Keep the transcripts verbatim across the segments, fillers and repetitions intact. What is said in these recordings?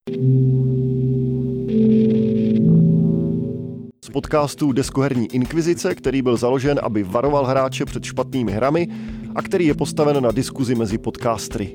Z podcastu Deskoherní inkvizice, který byl založen, aby varoval hráče před špatnými hrami a který je postaven na diskuzi mezi podcastery.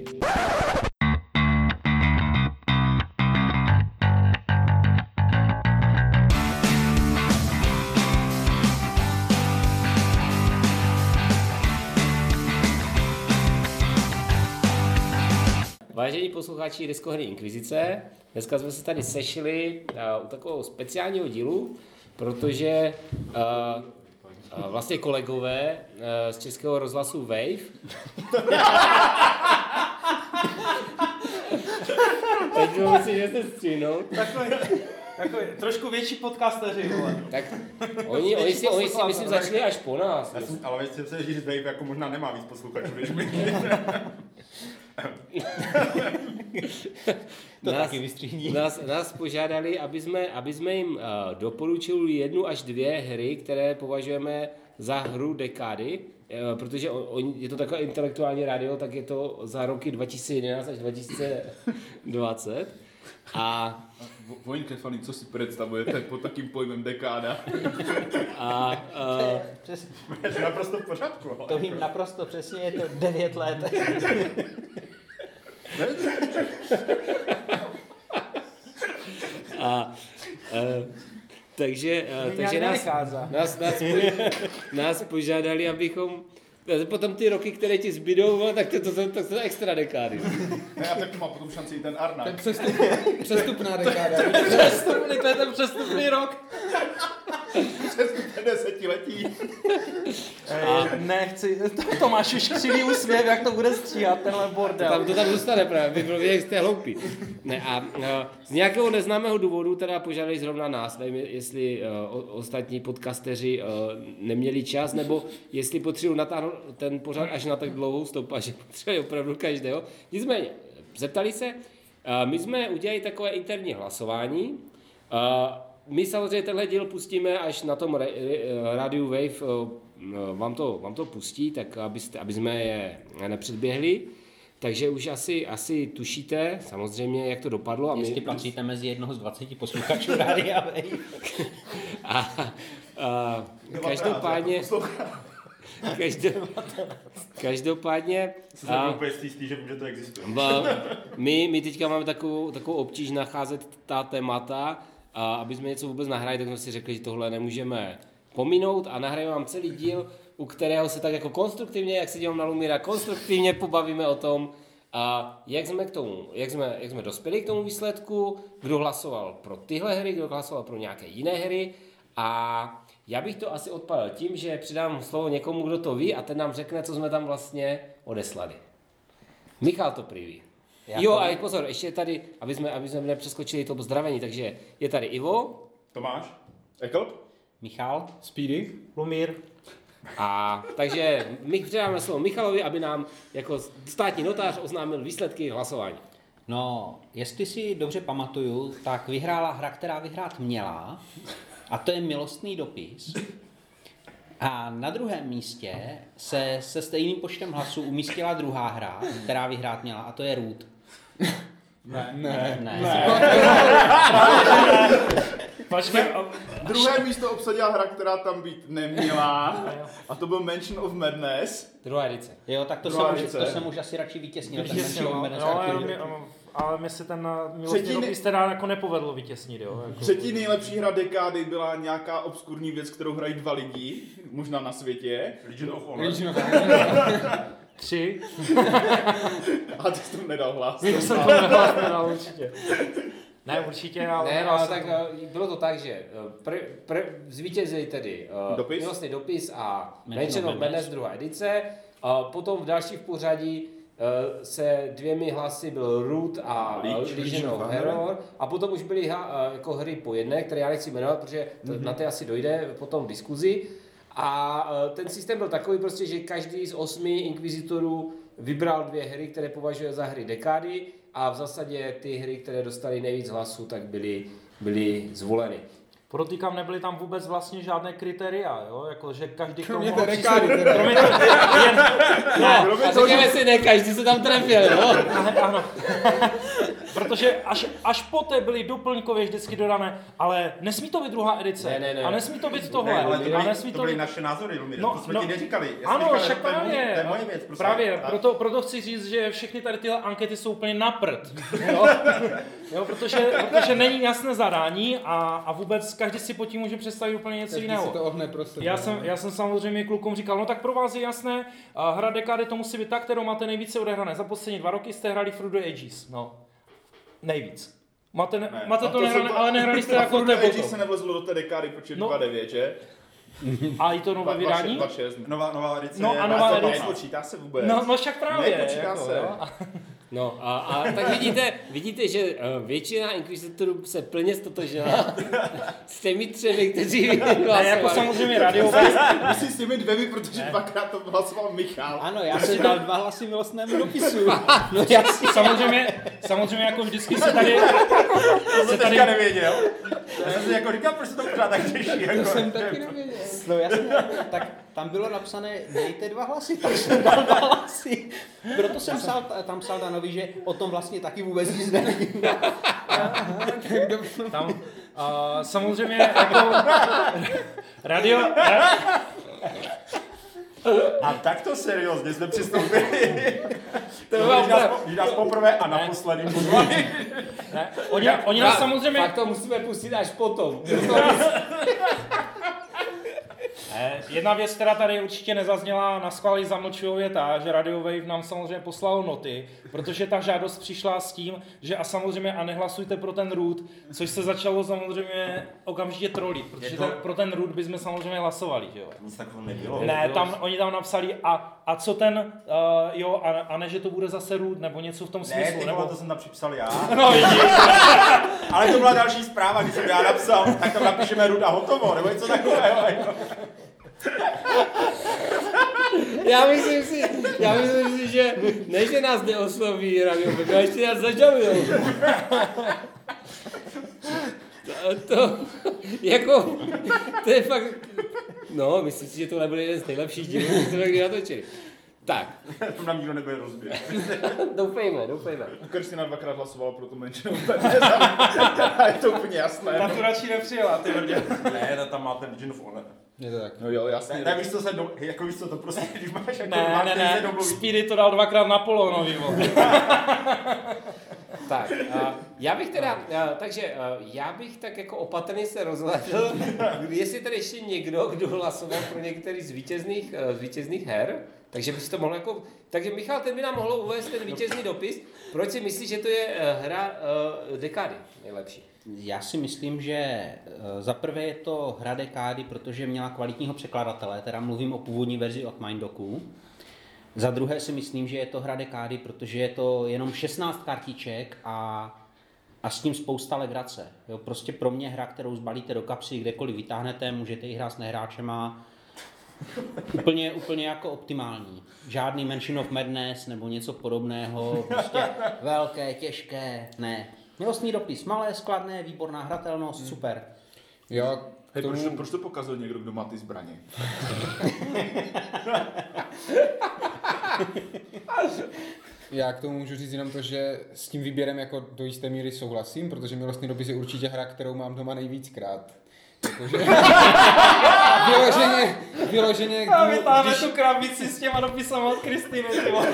Vážení posluchači Deskoherní inkvizice, dneska jsme se tady sešli uh, u takového speciálního dílu, protože uh, uh, vlastně kolegové uh, z Českého rozhlasu Wave teď bylo myslím, že se střínou. Takový, takový trošku větší podcasteři, vole. Tak oni, oni si, oni si myslím začali až po nás. Já jsem, ale myslím se, že Wave jako možná nemá víc posluchačů, než my. To nás, taky vystříhní. Nás, nás požádali, aby jsme, aby jsme jim uh, doporučili jednu až dvě hry, které považujeme za hru dekády, uh, protože on, on, je to takové intelektuální rádio, tak je to za roky dva tisíce jedenáct až dva tisíce dvacet. A Vojn Kefaný, co si představujete pod takým pojmem dekáda? A uh, Přes, je naprosto v pořádku. to vím naprosto přesně, je to devět let. a uh, takže, uh, takže nás, nás, nás, nás požádali, abychom potom ty roky, které ti zbydou, tak to, to, to, to jsou extra dekády. Ne, a tak má potom šanci i ten Arna. Ten přestup, přestupná dekáda. Přestupný, to je ten přestupný rok. Přestupné desetiletí. A... Nechci, to, Tomáš už křivý úsměv, jak to bude stříhat, tenhle bordel. To tam, to tam zůstane právě, by bylo vědět, jste hloupí. Ne, a, a z nějakého neznámého důvodu teda požádali zrovna nás, nevím, jestli uh, ostatní podcasteři uh, neměli čas, nebo jestli potřebují natáhnout ten pořad až na tak dlouhou stopu, že potřebují opravdu každého. Nicméně, zeptali se, uh, my jsme udělali takové interní hlasování. Uh, my samozřejmě tenhle díl pustíme, až na tom re, re, rádiu Wave uh, vám, to, vám to pustí, tak abyste, aby jsme je nepředběhli. Takže už asi, asi tušíte samozřejmě, jak to dopadlo. A jestli my, patříte mezi jednoho z dvaceti posluchačů rádia Wave. a, a, každopádně... Každou, každopádně jsem úplně jistý, že vím, že to existuje. My, my teďka máme takovou, takovou obtíž nacházet ta témata, a aby jsme něco vůbec nahráli, tak jsme si řekli, že tohle nemůžeme pominout a nahrajeme vám celý díl, u kterého se tak jako konstruktivně, jak se dívám na Lumíra, konstruktivně pobavíme o tom, a jak jsme k tomu, jak jsme, jak jsme dospěli k tomu výsledku, kdo hlasoval pro tyhle hry, kdo hlasoval pro nějaké jiné hry. A já bych to asi odpalil tím, že přidám slovo někomu, kdo to ví a ten nám řekne, co jsme tam vlastně odeslali. Michal to prý. Jo, to... a pozor, ještě tady, aby jsme, aby jsme nepřeskočili to pozdravení, takže je tady Ivo. Tomáš. Eklb. Michal. Speedy. Lumír. A takže my předáme slovo Michalovi, aby nám jako státní notář oznámil výsledky hlasování. No, jestli si dobře pamatuju, tak vyhrála hra, která vyhrát měla, a to je Milostný dopis. A na druhém místě se se stejným počtem hlasů umístila druhá hra, která vyhrát měla, a to je Root. Ne, ne, ne. ne. Počkej, druhé místo obsadila hra, která tam být neměla, a to byl Mansion of Madness. Druhá edice. Jo, tak to, jsem už, to jsem už asi radši vytěsnil. Vytěsnil, no, no, mě, ale mi se ten Milostný dopis teda jako nepovedlo vytěsnit. Jo, jako. Třetí nejlepší hra dekády byla nějaká obskurní věc, kterou hrají dva lidi, možná na světě. Legion of Honor. Tři. A ty jsi tomu nedal hlas. Já jsem tomu hlas nedal, určitě. Ne, určitě, ale... Ne, ale tak to... bylo to tak, že pr, pr, zvítězili tedy uh, dopis? Milostný dopis a Mansion of Madness druhá edice. A potom v další v pořadí uh, se dvěmi hlasy byl Root a Legion of Horror. A potom už byly uh, jako hry po jedné, které já nechci jmenovat, protože to, mm-hmm. na ty asi dojde potom v diskuzi. A uh, ten systém byl takový prostě, že každý z osmi inkvizitorů vybral dvě hry, které považuje za hry dekády, a v zásadě ty hry, které dostaly nejvíc hlasů, tak byly, byly zvoleny. Podotýkám, nebyly tam vůbec vlastně žádné kritéria, jo? Jako, že každý kromě té dekády. Kromě to, jen, no, a řekněme si, ne každý se tam trefil, no? Ano. protože až, až poté byly doplňkově vždycky dodané, ale nesmí to být druhá edice. Ne, ne, ne. A nesmí to být tohle. Ne, ale to byly, a nesmí to to byly být... naše názory, Lumíre, No, to jsme no, ti neříkali. Já jsem ano, říkal, však že to je můj- právě. To je moje věc, prostě. Právě, A- proto, proto chci říct, že všechny tady tyhle ankety jsou úplně na prd. Jo? Jo, protože, protože není jasné zadání a, a vůbec každý si pod tím může představit úplně něco Každý jiného. si to ohne prostě. Já jsem, já jsem samozřejmě klukům říkal, no tak pro vás je jasné, a hra dekády to musí být ta, kterou máte nejvíce odehrané. Za poslední dva roky jste hráli Through the Ages, no. Nejvíc. Máte, ne, Ne. máte A to to nehrané, jsem- ale nehrali jste A jako Furt Edge se potom. nevlezlo do té dekády, protože No. dva devět, že? A i to nové vydání? dva šest. Nová, nová edice No je a dva nová set edice. patnáct. Nepočítá se vůbec. No, no však právě. Nepočítá jako, se. jo. No a, a tak vidíte, vidíte, že uh, větčina inkvizitorů se plně stotožila s těmi třemi, kteří Ne, jako hlasovali. samozřejmě radio. Musí s těmi dvěmi, protože dvakrát to hlasoval Michal. Ano, já jsem dal dva hlasy milostnému dopisu. No jasně. Samozřejmě, samozřejmě jako vždycky se tady... To se jsem tady teďka nevěděl. Já jsem si jako říkal, proč se to pořád tak těší. Jako, To jsem taky nevěděl. No jasně, tak tam bylo napsané, dejte dva hlasy, tak jsem dal dva hlasy. Proto jsem psal, tam psal Danovi, že o tom vlastně taky vůbec nic nevím. Tam, uh, samozřejmě jako radio, ra, A takto seriózně jsme přistoupili. To To bylo když nás, opravdu- když nás poprvé a naposledy pozvali. ne, oni, oni nás samozřejmě, Fakt to musíme pustit až potom. ne, jedna věc, která tady určitě nezazněla, na schvál ji zamlčuju, je ta, že Radio Wave nám samozřejmě poslalo noty, protože ta žádost přišla s tím, že a samozřejmě a nehlasujte pro ten root, což se začalo samozřejmě okamžitě trolit, protože to- ten, pro ten root bychom samozřejmě hlasovali, že jo. Nic takového nebylo. Ne, tam, oni tam napsali a, a co ten, uh, jo, a, a ne, že to bude zase root, nebo něco v tom Ne, smyslu, ty nebo... vole, to jsem tam připsal já. No vidíš, Ale to byla další zpráva, když jsem já napsal, tak tam napíšeme Rud a hotovo, nebo něco takového. Já myslím si, já myslím si, že ne, že nás neosloví Radio Wave, ale ještě nás zažalujou. To, to, jako, to je fakt, no, myslím si, že tohle byl jeden z nejlepších dílů, který jsme kdy natočili. Tak, To nám nikdo nebude rozbět. doufejme, doufejme. Kristina dvakrát hlasovala pro tu menšinu. A je to úplně jasné. ta tu radši nepřijela, ty vrdě. Ne, to tam máte Legion of Honor. Je to tak. No jo, jasně. Ne, ne, víš co se do, jako víš co to prostě, když máš jako Ne, dva, ne, který se ne, domluví. Speedy to dal dvakrát na polonový, vole. Tak, uh, já bych teda, uh, takže uh, já bych tak jako opatrně se rozhlédl, jestli tady ještě někdo, kdo hlasoval pro některý z vítězných, uh, z vítězných her, takže by si to mohlo jako, takže Michal, ten by nám mohl uvést ten vítězný dopis, proč si myslíš, že to je uh, hra uh, dekády nejlepší? Já si myslím, že za prvé je to hra dekády, protože měla kvalitního překladatele, teda mluvím o původní verzi od Mindoku. Za druhé si myslím, že je to hra dekády, protože je to jenom šestnáct kartiček a, a s tím spousta legrace. Jo, prostě pro mě hra, kterou zbalíte do kapsy, kdekoliv vytáhnete, můžete ji hrát s nehráčema. Úplně, úplně jako optimální. Žádný Mansion of Madness nebo něco podobného, prostě velké, těžké, ne. Milostný dopis, malé, skladné, výborná hratelnost, super. Jo, Hej, tomu, proč, to, proč to pokazil někdo, kdo má ty zbraně? já k tomu můžu říct jenom to, že s tím výběrem jako do jisté míry souhlasím, protože Milostný dopis je určitě hra, kterou mám doma nejvíckrát. Jakože... vyloženě, vyloženě, A když, vytáhne když, tu krabici s těma dopisama od Kristýny, ty vole.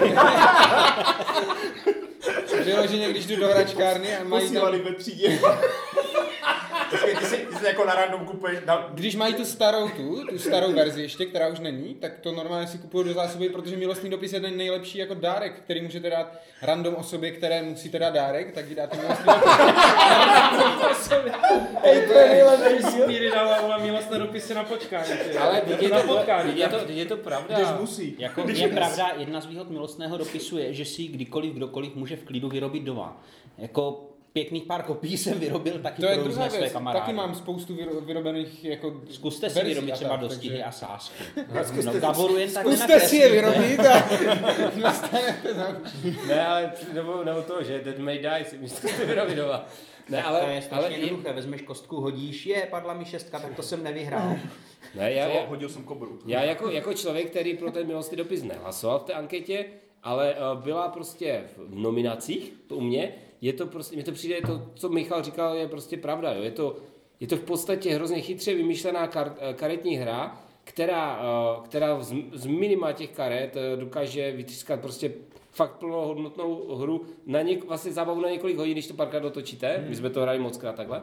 vyloženě, když jdu do hračkárny a mají tam, Posílali ve třídě. Počkej, ty si, ty si jako na random kupuješ, na, když mají tu starou tu, tu starou verzi ještě, která už není, tak to normálně si kupuju do zásoby, protože Milostný dopis je ten nejlepší jako dárek, který můžete dát random osobě, které musíte dát dárek, tak jí dáte Milostný dopis. Ej, to je nejlepší. Speedy dala vole milostné dopisy na počkání. ty. Ale teď je na to, potkání. teď je to, teď je to pravda. Když musí. Jako je pravda, jedna z výhod milostného dopisu je, že si kdykoliv, kdokoliv může v klidu vyrobit doma. Jako pěkných pár kopií jsem vyrobil taky To je pro druhá různé své věc, kamarády. taky mám spoustu vyro, vyrobených jako Zkuste si verzí vyrobit a třeba tak, dostihy takže- a sásky. No, Gaboru jen tak Zkuste si je nenakreslíte. vyrobit a dostanete tam. Ne, ale nebo, nebo to, že Dead May Die si místo si vyrobit doma. Ne, ale, To je strašně ale jednoduché, vezmeš kostku, hodíš, je, padla mi šestka, tak to jsem nevyhrál. ne, já, Co? já, Hodil jsem kobru. já jako, jako člověk, který pro ten milostný dopis nehlasoval v té anketě, ale uh, byla prostě v nominacích u mě, je to prostě, mně to přijde, to, co Michal říkal, je prostě pravda, jo. Je to, je to v podstatě hrozně chytře vymyšlená kar, karetní hra, která, která z, z minima těch karet dokáže vytřískat prostě fakt plnohodnotnou hru na něk, vlastně zábavu na několik hodin, když to párkrát dotočíte, hmm. my jsme to hráli mockrát takhle.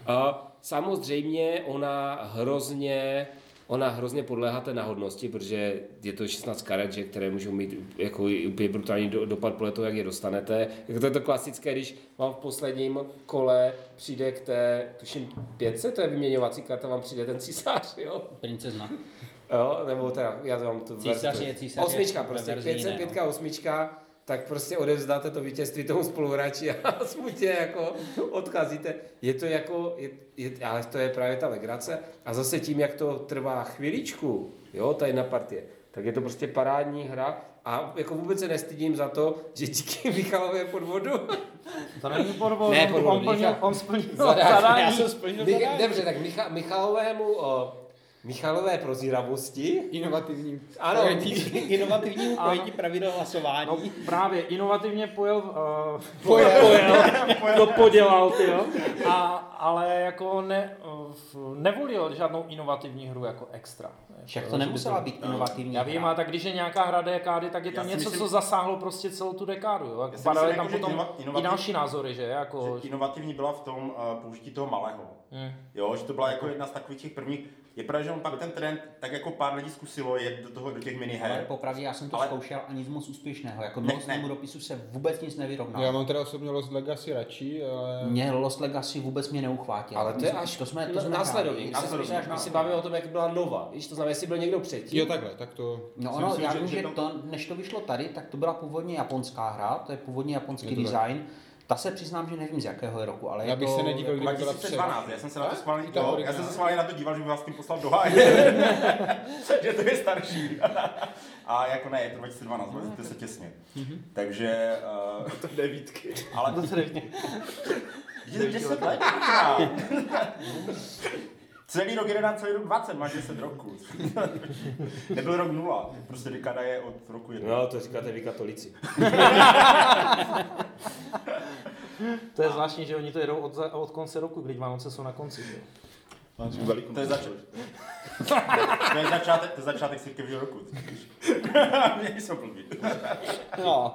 A samozřejmě ona hrozně, ona hrozně podléhá té náhodnosti, protože je to šestnáct karet, že, které můžou mít jako úplně brutální do, dopad podle toho, jak je dostanete. Jako to je to klasické, když vám v posledním kole přijde k té, tuším pětce, to je vyměňovací karta, vám přijde ten císař, jo? Princezna. Jo, nebo teda, já to mám tu Císař je císař. Osmička prostě, pětce, pětka, osmička, tak prostě odevzdáte to vítězství tomu spoluhráči a smutně jako odcházíte. Je to jako, je, je, ale to je právě ta legrace. A zase tím, jak to trvá chviličku, jo, ta jedna partie, tak je to prostě parádní hra a jako vůbec se nestydím za to, že díky Michalově podvodu. To není podvod, Ne, podvod, on, plnil, Michal- on splnil Zadání. zadání. Já jsem splnil Mich- zadání. Dobře, tak Micha, Michalovému, o, Michalové prozíravosti. Inovativní. Ano, Inovativnímu pojetí pravidel hlasování. No právě, inovativně pojel, uh, pojel, pojel, to podělal, ty jo. A, ale jako ne, uh, nevolil žádnou inovativní hru jako extra. Však Jako, to že by nemusela být inovativní Já vím, hra. a tak když je nějaká hra dekády, tak je to Já si něco, myslím- co zasáhlo prostě celou tu dekádu. Jo? Já si Padaly myslím, tam jako, že potom inova- i inovativ- další názory, že? Jako, Že inovativní byla v tom uh, použití toho malého. Hmm. Jo, že to byla jako jedna z takových těch prvních. Je pravda, že on pak ten trend, tak jako pár lidí zkusilo jet do toho, do těch Ale miniher. popravdě já jsem to Ale- zkoušel a nic moc úspěšného. Jako Ne, milostnému ne. dopisu se vůbec nic nevyrovnalo. Já mám teda osobně Lost Legacy radši, ale... Mě Lost Legacy vůbec mě neuchvátilo. ale to je až to jsme, to na- jsme následovný. hráli. My se- Následovný. My se bavíme o tom, jak byla nova. Víš, to znamená, jestli byl někdo předtím. Jo, takhle, tak to... No si ono, myslím, já že- vím, že že to- to, než to vyšlo tady, tak to byla původně japonská hra, to je původně japonský Je to design. Ta se přiznám, že nevím z jakého je roku, ale Já je bych to... se nedivil, kdyby byla dva tisíce dvanáct, já jsem se na to schválně, I ta jo, já originál. jsem se schválně na to díval, že bych vás tím poslal do háje. Že to je starší. A jako ne, je to dva tisíce dvanáct, vlezete se těsně. Takže... Uh, To devítky. ale to se nevím. Vidíte, deset let? možná. Celý rok jedenáct, celý rok dvacet, máš deset roků. Nebyl rok nula, prostě dekáda je od roku jedna. No, to říkáte vy katolici. To je zvláštní, že oni to jedou od, za- od konce roku, když Vánoce jsou na konci. Že? To je začátek. To je začátek, to je začátek církevního roku. Mě jsou blbý. No,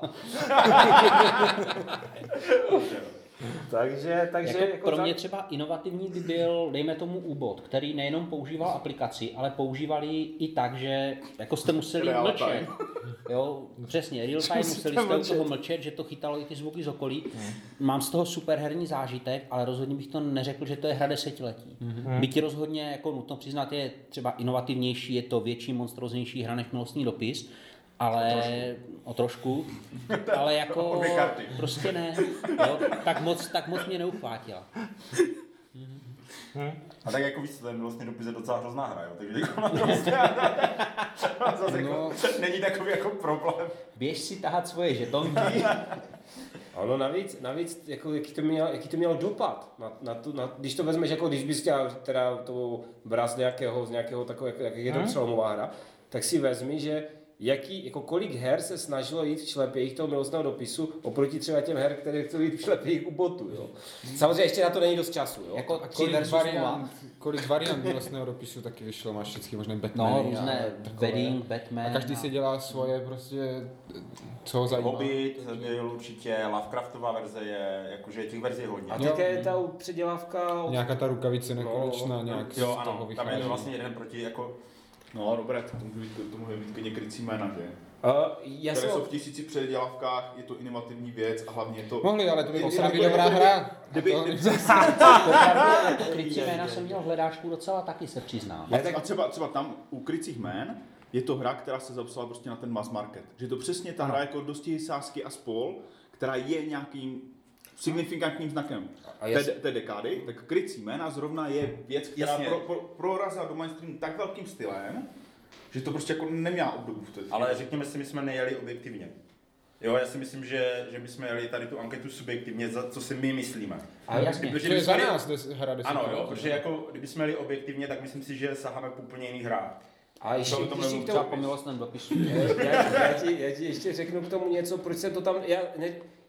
Takže, takže jako jako pro za- mě třeba inovativní by byl, dejme tomu úbot, který nejenom používal aplikaci, ale používali i tak, že jako jste museli Real mlčet. time. Jo, přesně, real time museli jste u toho mlčet, že to chytalo i ty zvuky z okolí. Mám z toho super herní zážitek, ale rozhodně bych to neřekl, že to je hra desetiletí. Byť rozhodně jako nutno přiznat, je třeba inovativnější, je to větší, monstroznější hra než Milostný dopis, ale o trošku, ale jako O dvě karty. prostě ne, jo, tak moc, tak moc mě neuchvátila. A tak jako víš, co, ten milostný dopis je docela hrozná hra, jo? Takže jako na to prostě, zase jako, není takový jako problém. Běž si tahat svoje žetonky. Ano, navíc, navíc jako, jaký, to mělo, jaký to mělo dopad, na, na tu, na, když to vezmeš, jako když bys chtěl teda to brát z nějakého, z nějakého takového, jak je to přelomová hra, tak si vezmi, že jaký, jako kolik her se snažilo jít v šlepějích toho milostného dopisu oproti třeba těm her, které chtěli jít v šlepějích u botu, jo. Samozřejmě ještě na to není dost času, jo. Jako A tři kolik versus nula. variant, kolik variant milostného dopisu taky vyšlo, máš všechny možné Batmany No, a různé takové. Wedding, Batman. A každý si dělá svoje prostě, co ho zajímá. Hobbit byl určitě, Lovecraftová verze je, jakože těch verzí je hodně. A Jo. také ta předělávka od... Nějaká ta rukavice nekonečná, No, nějak Jo, z toho ano, tam je vychází. to vlastně jeden proti, jako, No, dobré, to může být, to může být klidně krycí jména, že? Uh, já Které jsem... jsou v tisíci předělávkách, je to inovativní věc a hlavně je to... Mohli, ale to by musela být Kdyby- dobrá hra. Kdyby, A to- kdyby, Popravdě, jako krycí jména jsem měl v hledáčku docela taky, se přiznám. a třeba, třeba tam u krycích jmén je to hra, která se zapsala prostě na ten mass market. Že to přesně ta hra jako dosti sásky a spol, která je nějakým signifikantním znakem A té, jasně. té dekády, tak krycí jména zrovna je věc, která Jasně. pro, pro, prorazila do mainstreamu tak velkým stylem, že to prostě jako neměla obdobu v té. ale řekněme si, my jsme nejeli objektivně. Jo, já si myslím, že, že bychom jeli tady tu anketu subjektivně, za co si my myslíme. A jasně. Protože To je my za jsme- nás des, hra deset. Ano, jo, protože jako, kdybychom jeli objektivně, tak myslím si, že saháme po úplně jiných hrách. A ještě, To- to ještě mluvím k Třeba tomu, po milostném dopisu. já, já, ti, já ti ještě řeknu k tomu něco, proč se to tam, já, ne,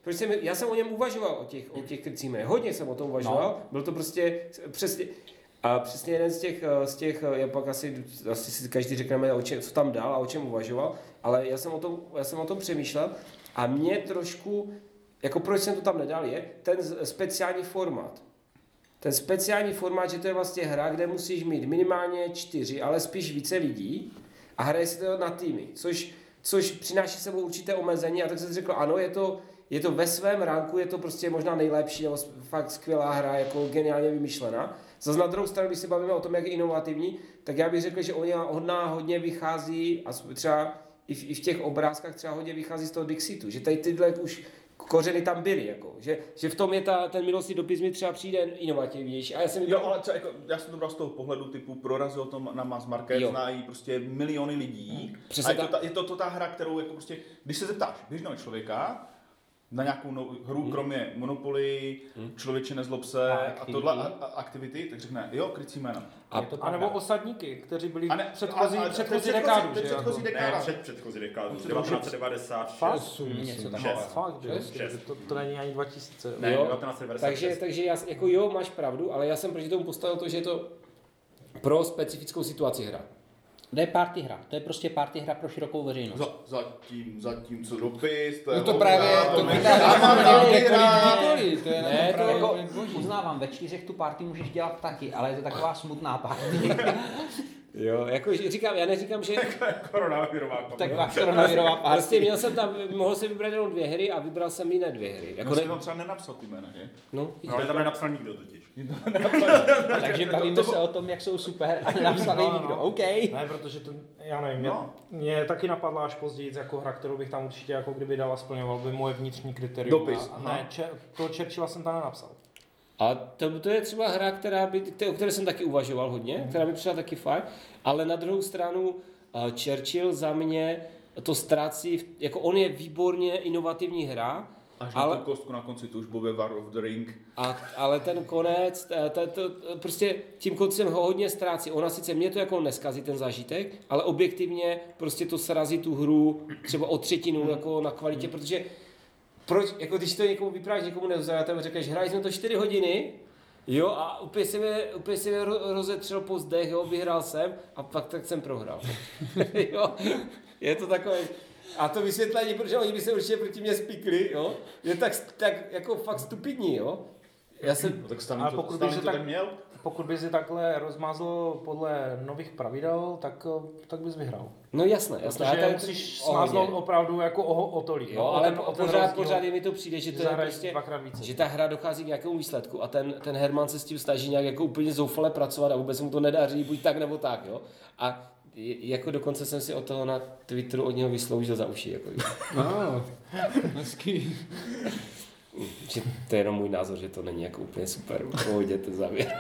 proč jsem, já jsem o něm uvažoval, o těch, o těch krycích jménech, hodně jsem o tom uvažoval, no. Byl to prostě přesně, a přesně jeden z těch, z těch já pak asi, asi si každý řekneme, o čem, co tam dál a o čem uvažoval, ale já jsem o tom, já jsem o tom přemýšlel a mě trošku, jako proč jsem to tam nedal, je ten speciální formát. Ten speciální formát, že to je vlastně hra, kde musíš mít minimálně čtyři, ale spíš více lidí a hraje se to na týmy, což, což přináší sebou určité omezení a tak jsem si řekl, ano, je to, je to ve svém ranku, je to prostě možná nejlepší, nebo fakt skvělá hra, jako geniálně vymyšlená. Zas na druhou stranu, když se bavíme o tom, jak je inovativní, tak já bych řekl, že ona hodně vychází, a třeba i v, i v těch obrázkách třeba hodně vychází z toho Dixitu, že tady tyhle už kořeny tam byly, jako, že, že v tom je ta, ten milostný dopis mi třeba přijde inovativnější. A já jsem jo, ale třeba, jako, já jsem to bral z toho pohledu typu prorazil to na mass market, jo. Znají prostě miliony lidí. Přesně a je to, ta, je to, to ta hra, kterou jako prostě, když se zeptáš běžného člověka na nějakou no, hru, hmm. kromě Monopoly, hmm. Člověče nezlob se a, a tohle a, a aktivity, tak řekne, jo, krycí jména. A, a nebo osadníky, kteří byli a ne, předchozí, a, a, předchozí dekádu. Před, předchozí dekádu. Ne, před předchozí dekádu. devatenáct set devadesát šest. Fakt? Něco takového. Fakt, že? To, to není ani dva tisíce. Ne, devatenáct set devadesát šest. Takže, takže já, jako jo, máš pravdu, ale já jsem proti tomu postavil to, že je to pro specifickou situaci hra. To je party hra, to je prostě party hra pro širokou veřejnost. Za, zatím, zatím co dopis, to je no to právě, to to je ne, to jako, uznávám, ve čtyřech tu party můžeš dělat taky, ale je to taková smutná party. Jo, jako říkám, já neříkám, že... Koronavirová party. Taková koronavirová party. Prostě měl jsem tam, mohl jsem vybrat jenom dvě hry a vybral jsem jiné dvě hry. Jako no, ne... tam třeba nenapsal ty jména, že? No, no ale tam nenapsal nikdo totiž. Takže bavíme to, to, se o tom, jak jsou super a nenapsal no, nikdo, OK. Ne, protože to, já nevím, no. mě, mě taky napadla až později jako hra, kterou bych tam určitě jako kdyby dala splňoval by moje vnitřní kritérium. Dopis. A, ne, če, to Churchilla jsem tam nenapsal. A to, to je třeba hra, která by, o které jsem taky uvažoval hodně, mm. která by přišla taky fajn, ale na druhou stranu uh, Churchill za mě to ztrácí, jako on je výborně inovativní hra, až ale, na tu kostku na konci tužbové War of the Ring. A, ale ten konec, to, to, to, prostě tím koncem ho hodně ztrácí. Ona sice mě to jako neskazí ten zážitek, ale objektivně prostě to srazí tu hru třeba o třetinu jako na kvalitě, protože proč, jako když to někomu vyprávíš, někomu neuzajáte, řekneš, hráli jsme to čtyři hodiny, jo, a úplně se mě, úplně se mě rozetřel po zdech, jo, vyhrál jsem a pak tak jsem prohrál. Jo, je to takové. A to vysvětlení, protože oni by se určitě proti mě spikli, jo, je tak, tak jako fakt stupidní, jo. Já jsem, no, tak Stalin to, pokud Stalin to tak, tak měl. Pokud by si takhle rozmázl podle nových pravidel, tak, tak bys vyhrál. No jasné, jasné. Protože tady musíš smáznout opravdu jako o, o tolik. Jo, ale ten, pořád, rozdíl, pořád mi to přijde, že to je prostě, více. Že ta hra dochází k nějakému výsledku a ten, ten Herman se s tím snaží nějak jako úplně zoufale pracovat a vůbec mu to nedaří, buď tak nebo tak, jo. A jako dokonce jsem si od toho na Twitteru od něho vysloužil za uši. Jako. No, hezký. Že to je jenom můj názor, že to není jako úplně super. Pohodě ten závěr.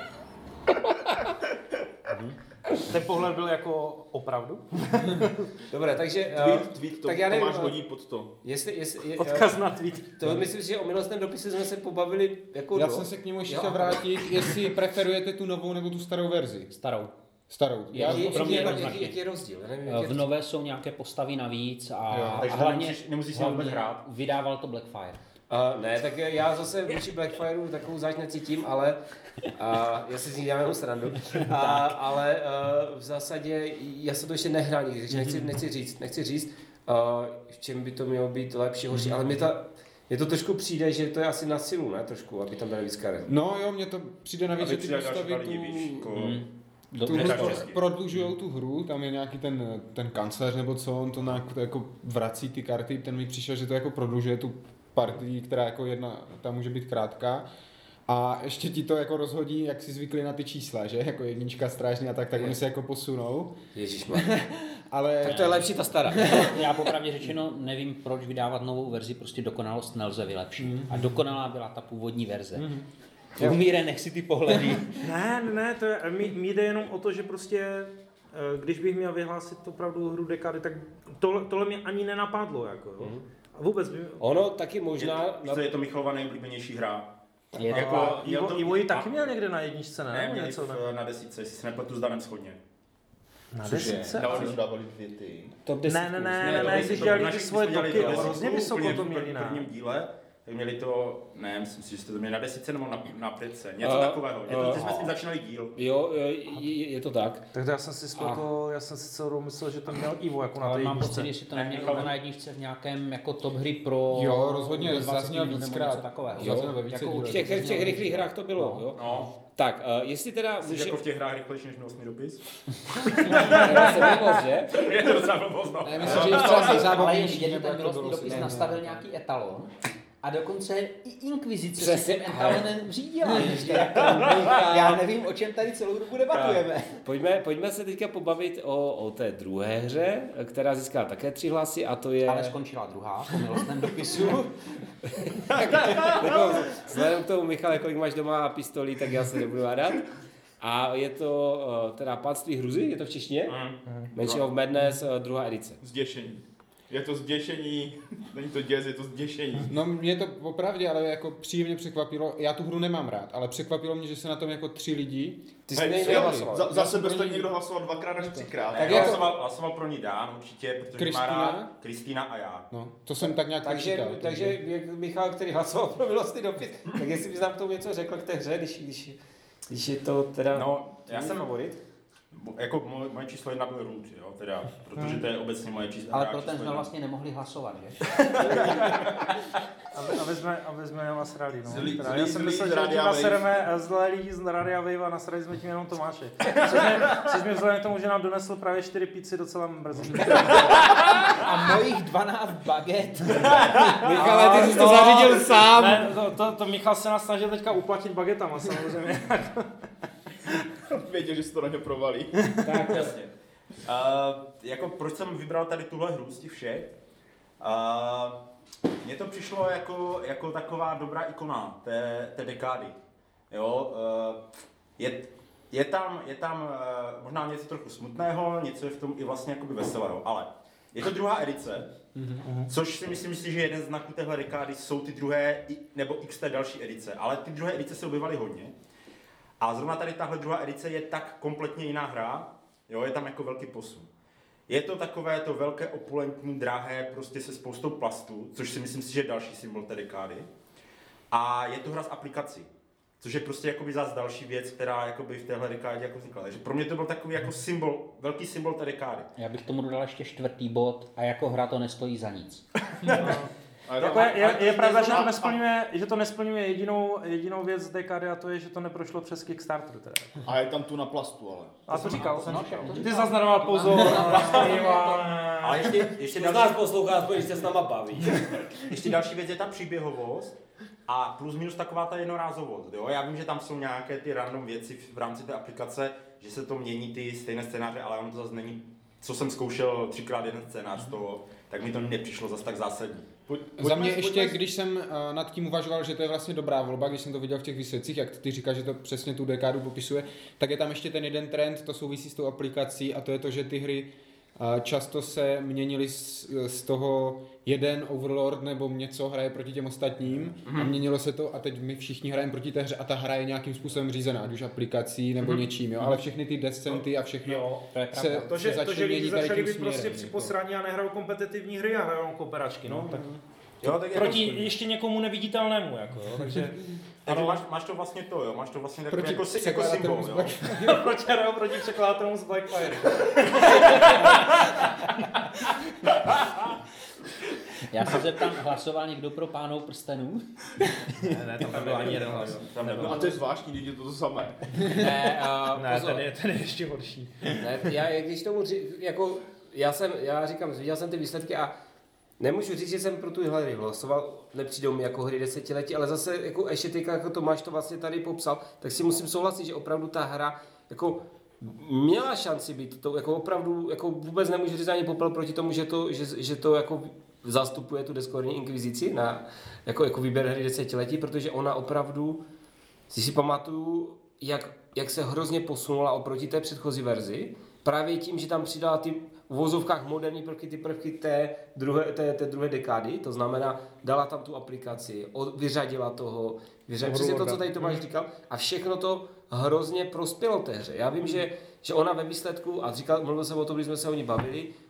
Ten pohled byl jako opravdu? Dobré, takže... Tweet, tweet to, tak já to nevím, máš hodí pod to. Jestli, jestli, je, odkaz na tweet. To myslím, že o milostném dopise jsme se pobavili jako Já do. jsem se k němu ještě chtěl vrátit, jestli preferujete tu novou nebo tu starou verzi. Starou. Starou. Já, je, je, je, jaký, jaký je rozdíl? Nevím, jaký v je nové jsou nějaké postavy navíc a, jo, a hlavně, nemusíš, nemusíš hlavně vůbec hrát. Vydával to Blackfire. Uh, ne, tak já zase vůči Blackfireu takovou záž necítím, ale uh, já si z ní dělám srandu. Uh, ale uh, v zásadě já se to ještě nehrál nikdy, takže nechci, nechci říct, nechci říct uh, v čem by to mělo být lepší, horší, ale mě, ta, mě to trošku přijde, že to je asi na silu, ne, trošku, aby tam byly víc karet. No jo, mně to přijde navíc, že ty postavy tu... Tu hru prodlužujou tu hru, tam je nějaký ten, ten kancléř nebo co, on to nějak, to jako vrací ty karty, ten mi přišel, že to jako prodlužuje tu partii, která jako jedna, ta může být krátká. A ještě ti to jako rozhodí, jak si zvykli na ty čísla, že? Jako jednička, strážný a tak, tak oni se jako posunou. Ježišmarja. Ale... Tak to je lepší ta stará. Já popravdě řečeno nevím, proč vydávat novou verzi, prostě dokonalost nelze vylepšit. Mm-hmm. A dokonalá byla ta původní verze. Mm-hmm. Umíre, nech si ty pohledy. Ne, ne, to je, mi, mi jde jenom o to, že prostě, když bych měl vyhlásit opravdu hru dekády, tak tohle, tohle mě ani nenapadlo, jako jo. Mm-hmm. A vůbec by... Ono taky možná... Je to, je to Michalova nejoblíbenější hra. Je jako, Ivo, to, Ivo ji taky měl někde na jedničce, ne? Ne, měli něco, v, ne? na desítce, jestli se nepletu s Danem shodně. Na desítce? Dávali, dávali dvě ty. Ne, ne, ne, ne, ne, když dělali ty svoje toky, hrozně vysoko to měli, v prvním díle, tak měli to, ne, myslím si, že jste to měli na desíce nebo na, na pětce, něco Uh, takového. Je to, uh, že jsme s tím začínali díl. Jo, je, je to tak. Tak já jsem si z toho, já jsem si celou dobu myslel, že to měl Ivo jako na Ale té mám jedničce. pocit, jestli to nemělo na jedničce v nějakém jako top hry pro... Jo, rozhodně dvacet zazněl minut nebo víckrát. něco takového. Jo, zazněl ve více jako dílech. V určitě těch, v těch zazněl rychlých víc. hrách to bylo, jo? No. Tak, uh, jestli teda Jsi může... jako v těch hrách rychlejší než milostný dopis? Já jsem blbost, že? Je to docela blbost, no. Ne, myslím, že je třeba Ale je nejzábavnější, vidět, že nebo ten jak to milostný bylo. dopis ne, nastavil ne. nějaký etalon. A dokonce i inkvizice Přesně, se tím etalonem řídila. Já nevím, o čem tady celou dobu debatujeme. Pojďme, pojďme se teďka pobavit o, o té druhé hře, která získala také tři hlasy a to je... Ale skončila druhá po milostném dopisu. Nebo vzhledem k tomu, Michale, kolik máš doma pistolí, tak já se nebudu hádat. A je to uh, teda Panství hruzy, je to v češtině? Mm. Mansion of Madness, uh, druhá edice. Zděšení. Je to zděšení, není to děs, je to zděšení. No mě to opravdu, ale jako příjemně překvapilo, já tu hru nemám rád, ale překvapilo mě, že se na tom jako tři lidi. Ty jsi Hej, nejde jo, hlasoval. za, za Já jsem sebe pro stojí ní- někdo hlasoval dvakrát až třikrát. Tak Tak jako... jako- hlasoval, hlasoval pro ní Dan určitě, protože Kristýna? má rád Kristýna a já. No, to jsem tak nějak Takže, říkal, takže jak Michal, který hlasoval pro milostný dopis, tak jestli bys nám k tomu něco řekl k té hře, když, když, když je to teda No, já jsem favorit. jako moje, moje číslo jedna byl Root, jo, teda, protože to je obecně moje číslo. Ale teda pro ten číslo jsme jedna. vlastně nemohli hlasovat, že? Aby, aby, jsme, aby jsme jenom nasrali, no. Zlý- Teda, zlý- já jsem zlý myslel, z že Radia tím Wave. nasereme zlé lidi z Radia Wave a nasrali jsme tím jenom Tomáše. Což mě, což mě vzhledem k tomu, že nám donesl právě čtyři píci docela mrzí. A mojich dvanáct baget. Michale, ty jsi to zařídil sám. Ne, to, to, to Michal se nás snažil teďka uplatit bagetama samozřejmě. Věděl, že se to na ně provalí. Tak, jasně. Uh, jako proč jsem vybral tady tuhle hru z těch všech? Uh, Mně to přišlo jako, jako taková dobrá ikona té, té dekády. Jo, uh, je, je tam, je tam uh, možná něco trochu smutného, něco je v tom i vlastně jakoby veselého, ale je to druhá edice, což si myslím, že jeden z znaků téhle dekády jsou ty druhé, i- nebo x té další edice, ale ty druhé edice se objevaly hodně. A zrovna tady tahle druhá edice je tak kompletně jiná hra, jo, je tam jako velký posun. Je to takové to velké, opulentní, drahé, prostě se spoustou plastů, což si myslím si, že je další symbol té dekády. A je to hra z aplikací, což je prostě jakoby zase další věc, která jakoby v téhle dekádě jako vznikla. Takže pro mě to byl takový jako symbol, velký symbol té dekády. Já bych tomu dodal ještě čtvrtý bod a jako hra to nestojí za nic. Jako je, je, je pravda, že to nesplňuje, že to nesplňuje jedinou, jedinou věc z dekády a to je, že to neprošlo přes Kickstarter. Teda. A je tam tu na plastu, ale. A to říkal. No, však to Ty říkal. zaznamenal pozor. Ale ještě, ještě, Kdo z další, nás poslouchá, aspoň když se s náma baví. ještě další věc je ta příběhovost a plus minus taková ta jednorázovost. Jo? Já vím, že tam jsou nějaké ty random věci v rámci té aplikace, že se to mění ty stejné scénáře, ale ono to zase není, co jsem zkoušel třikrát jeden scénář z toho, tak mi to nepřišlo zase tak zásadní. Pojď, Za mě ještě, když jsem uh, nad tím uvažoval, že to je vlastně dobrá volba, když jsem to viděl v těch výsledcích, jak ty říkáš, že to přesně tu dekádu popisuje, tak je tam ještě ten jeden trend, to souvisí s tou aplikací a to je to, že ty hry uh, často se měnily z, z toho jeden overlord nebo něco hraje proti těm ostatním mm-hmm. a měnilo se to a teď my všichni hrajeme proti té hře a ta hra je nějakým způsobem řízená, ať už aplikací nebo mm-hmm. něčím, jo, ale všechny ty descenty a všechno Jo, to je se, pravda. To, že, se to, že lidi měnit tady začali tím být prostě směrem, při jako. posraní a nehrajou kompetitivní hry a hrajou kooperačky, no. Tak Jo, tak je proti to- ještě někomu neviditelnému, jako, jo, takže Takže máš, máš to vlastně to, jo, máš to vlastně takový Proti jako, si- jako překladatelům symbol, z jo. proti hrajou proti překladatelům z Blackfire. Já se zeptám, hlasoval někdo pro Pánov prstenů? Ne, ne, tam nebyl ani jeden hlas. Tam nebyl. No a to je zvláštní, když je to to samé. Ne, uh, Ne, ten je, ten je ještě horší. Ne, já když tomu ři, jako, já jsem, já říkám, viděl jsem ty výsledky a nemůžu říct, že jsem pro tu hry hlasoval, nepřijdou mi jako hry desetiletí, ale zase jako ještě teďka, jako Tomáš to vlastně tady popsal, tak si musím souhlasit, že opravdu ta hra jako měla šanci být to, jako opravdu, jako vůbec nemůžu říct ani popel proti tomu, že to, že, že to jako zastupuje tu deskoherní inkvizici na jako, jako výběr hry desetiletí, protože ona opravdu, si si pamatuju, jak, jak se hrozně posunula oproti té předchozí verzi, právě tím, že tam přidala ty v vozovkách moderní prvky, ty prvky té druhé, té, té druhé dekády, to znamená, dala tam tu aplikaci, od, vyřadila toho, vyřadila, přesně to, co tady Tomáš říkal, a všechno to hrozně prospělo té hře. Já vím, že, že ona ve výsledku, a říkal, mluvil jsem o tom, když jsme se o ní bavili,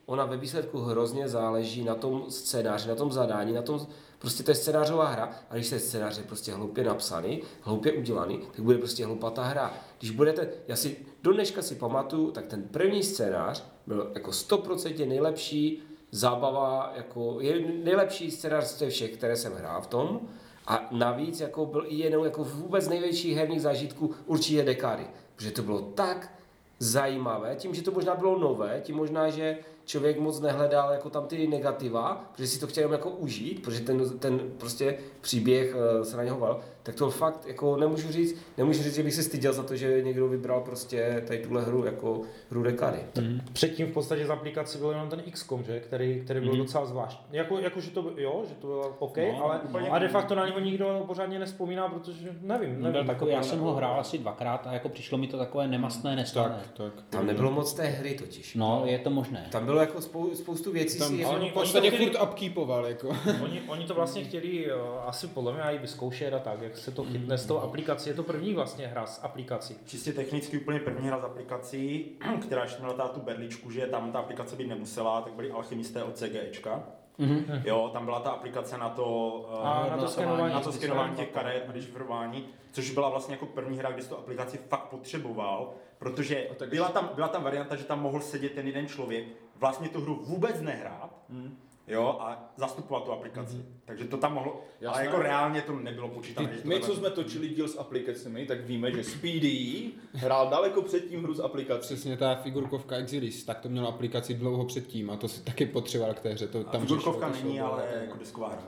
ona ve výsledku hrozně záleží na tom scénáři, na tom zadání, na tom, prostě to je scénářová hra, a když ten scénář je prostě hloupě napsaný, hloupě udělaný, tak bude prostě hloupá ta hra. Když budete, já si do dneška si pamatuju, tak ten první scénář byl jako sto procent nejlepší zábava, jako je nejlepší scénář z těch všech, které jsem hrál v tom. A navíc jako byl i jednou jako vůbec největší herních zážitků určitě dekády. Protože to bylo tak zajímavé, tím, že to možná bylo nové, tím možná, že člověk moc nehledal jako tam ty negativa, protože si to chtěl jako užít, protože ten, ten prostě příběh uh, se na něho val, tak to fakt jako nemůžu říct, nemůžu říct, že bych se styděl za to, že někdo vybral prostě tady tuhle hru jako hru dekády. Mm. Předtím v podstatě z aplikací byl jenom ten X COM, že? Který, který byl mm. docela zvláštní. Jako, jako, že to jo, že to bylo OK, no, ale, ale de facto na něho nikdo pořádně nevzpomíná, protože nevím. nevím byl takový, já jsem ho hrál asi dvakrát a jako přišlo mi to takové nemastné, neslané. Tak, tak. Tam nebylo moc té hry totiž. No, je to možné. Tam bylo jako spou, spoustu věcí Tam, si... oni, v podstatě furt upkeepoval, jako. Oni, oni to vlastně chtěli uh, asi podle mě i vyzkoušet a tak, jak se to chytne s tou aplikací. Je to první vlastně hra z aplikací. Čistě technicky úplně první hra z aplikací, která ještě měla tu berličku, že tam ta aplikace být nemusela, tak byli alchymisté od CGEčka. Mm-hmm. Jo, tam byla ta aplikace na to, uh, a na to skenování, na to skenování těch karet a dešifrování, což byla vlastně jako první hra, kdy jsi tu aplikaci fakt potřeboval, protože byla tam, byla tam varianta, že tam mohl sedět ten jeden člověk, vlastně tu hru vůbec nehrát, mm. jo, a zastupovat tu aplikaci. Mm. Takže to tam mohlo, jasné. Ale jako reálně to nebylo počítané. My, co jsme točili díl s aplikacemi, tak víme, že Speedy hrál daleko předtím hru s aplikací. Přesně ta figurkovka Exilis, tak to mělo aplikaci dlouho předtím a to si taky potřeboval k té hře. To, tam figurkovka řešilo, není, ale jako desková hra.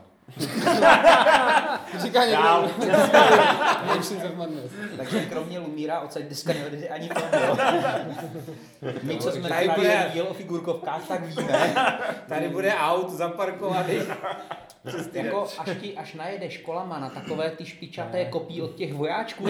Říká někdo. Takže kromě Lumíra odsaď dneska nevedete ani to. My, co jsme tady bude díl o figurkovkách, tak víme. Tady bude aut zaparkovaný. Jako až, ti, až najedeš kolama na takové ty špičaté kopí od těch vojáčků,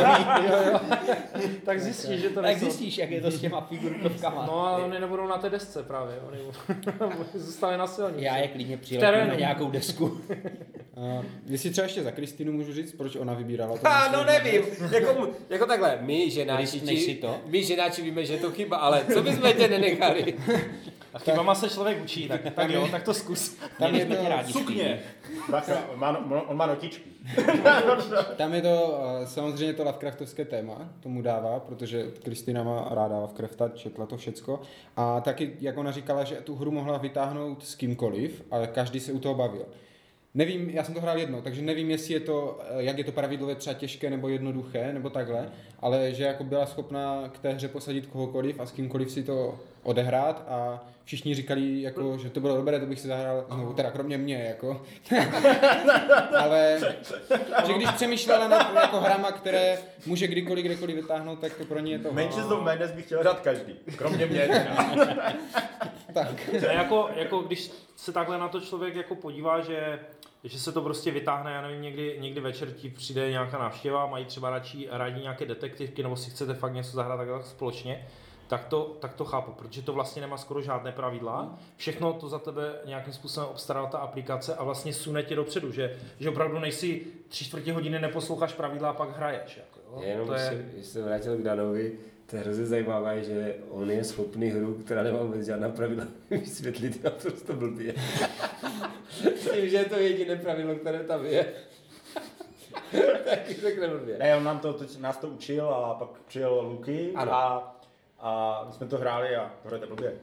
tak zjistíš, že to tak zjistíš, jak je to s těma figurkovkama. No ale oni nebudou na té desce právě, oni zůstali na silnici. Já je klidně přilepím na nějakou desku. Uh, jestli třeba ještě za Kristýnu můžu říct, proč ona vybírala to. Ah, no nevím, jako, jako takhle, my ženáči, ti, my ženáči víme, že je to chyba, ale co bychom tě nenechali? A chybama se člověk učí, tak, tak jo, tak to zkus. Tam je to sukně. On má, on má notičky. Tam je to samozřejmě to Lovecraftovské téma, tomu dává, protože Kristýna má ráda Lovecrafta, četla to všecko. A taky, jak ona říkala, že tu hru mohla vytáhnout s kýmkoliv, ale každý se u toho bavil. Nevím, já jsem to hrál jednou, takže nevím, jestli je to, jak je to pravidlově třeba těžké nebo jednoduché, nebo takhle, ale že jako byla schopná k té hře posadit kohokoliv a s kýmkoliv si to odehrát a všichni říkali, jako, že to bylo dobré, to bych si zahrál znovu, teda kromě mě, jako. Ale že když přemýšlela nad jako hrama, které může kdykoliv, kdekoliv vytáhnout, tak to pro ní je to... Manchester of Madness bych chtěl hrát každý, kromě mě. Tak. jako, jako když se takhle na to člověk jako podívá, že že se to prostě vytáhne, já nevím, někdy, někdy večer ti přijde nějaká návštěva, mají třeba radši rádi nějaké detektivky, nebo si chcete fakt něco zahrát takhle společně, tak to, tak to chápu, protože to vlastně nemá skoro žádné pravidla. Všechno to za tebe nějakým způsobem obstará ta aplikace a vlastně sune tě dopředu, že, že opravdu nejsi tři čtvrtě hodiny neposloucháš pravidla a pak hraješ. Jako, jo? Jenom to je... když se vrátil k Danovi, to je hrozně zajímavé, že on je schopný hru, která nemá vůbec žádná pravidla, vysvětlit naprosto blbě. Tím, že je to jediné pravidlo, které tam je. Taky řekne blbě. Ne, on nám to, to, nás to učil a pak přijel Luky a, a my jsme to hráli a to hrajete blbě.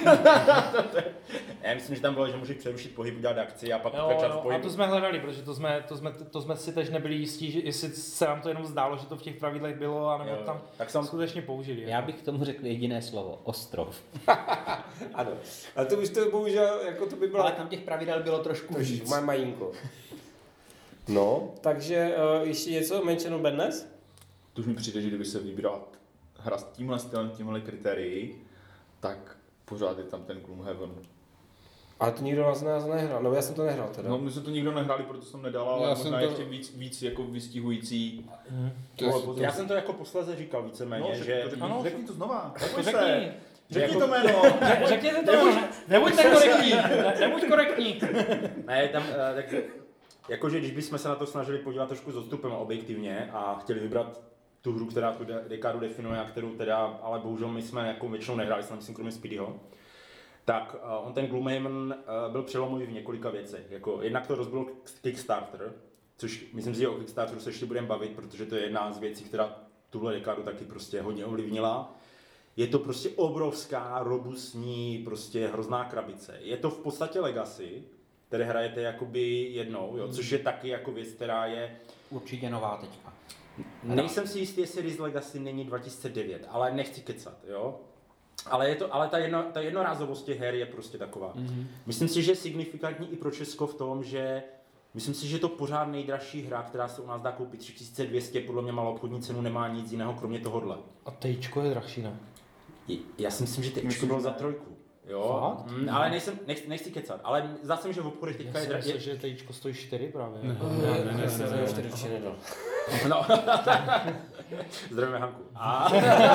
Já myslím, že tam bylo, že můžeš přerušit pohyb, udělat akci a pak pokračovat v pohybu. A to jsme hledali, protože to jsme, to jsme, to jsme si teď nebyli jistí, že jestli se nám to jenom zdálo, že to v těch pravidlech bylo, anebo jo, tam tak jsem... skutečně použili. Já bych k tomu řekl jediné slovo, ostrov. Ano, ale to už to bohužel, jako to by bylo... Ale tam těch pravidel bylo trošku víc. Má majínko. No, takže uh, ještě něco, Manchester of Madness? To už mi přijde, že kdyby se vybral hra s tímhle stylem, tímhle kritérií, tak pořád je tam ten Gloomhaven. Ale to nikdo z nás nehrál, no já jsem to nehrál teda. No my jsme to nikdo nehráli, proto jsem nedal, ale já možná to... ještě víc, víc jako vystihující. Mm. Já jsem to jako posléze říkal víceméně, no, že... To řekni, ano, řekni to znova. To řekni. Řekni to jméno. Řekněte to jméno. Nebuď tak korektní. Nebuď korektní. Ne, tam, tak, jakože když bychom se na to snažili podívat trošku s odstupem a objektivně a chtěli vybrat tu hru, která tu dekádu definuje a kterou teda, ale bohužel my jsme jako většinou nehráli, jsme myslím kromě Speedyho, tak uh, on ten Gloomhaven uh, byl přelomový v několika věcech. Jako, jednak to rozbil Kickstarter, což myslím si, že o Kickstarteru se ještě budeme bavit, protože to je jedna z věcí, která tuhle dekádu taky prostě hodně ovlivnila. Je to prostě obrovská, robustní, prostě hrozná krabice. Je to v podstatě Legacy, které hrajete jakoby jednou, jo, což je taky jako věc, která je... Určitě nová teďka. Nejsem si jistý, jestli Risk Legacy není dva tisíce devět, ale nechci kecat, jo. Ale, je to, ale ta, jedno, ta jednorázovost těch her je prostě taková. Mm-hmm. Myslím si, že je signifikantní i pro Česko v tom, že myslím si, že je to pořád nejdražší hra, která se u nás dá koupit tři tisíce dvě stě, podle mě maloobchodní cenu nemá nic jiného, kromě tohohle. A tejčko je drahší, ne? Já si myslím, že tejčko bylo za trojku. Jo, mm, ale nejsem, nechci, nechci kecat, ale zase myslím, že v obchodech teďka je drahý. Já si myslím, že tejčko stojí čtyři právě. Ne, ne, ne, ne, ne, čtyři určitě nedal. No, zdravíme Hanku. A...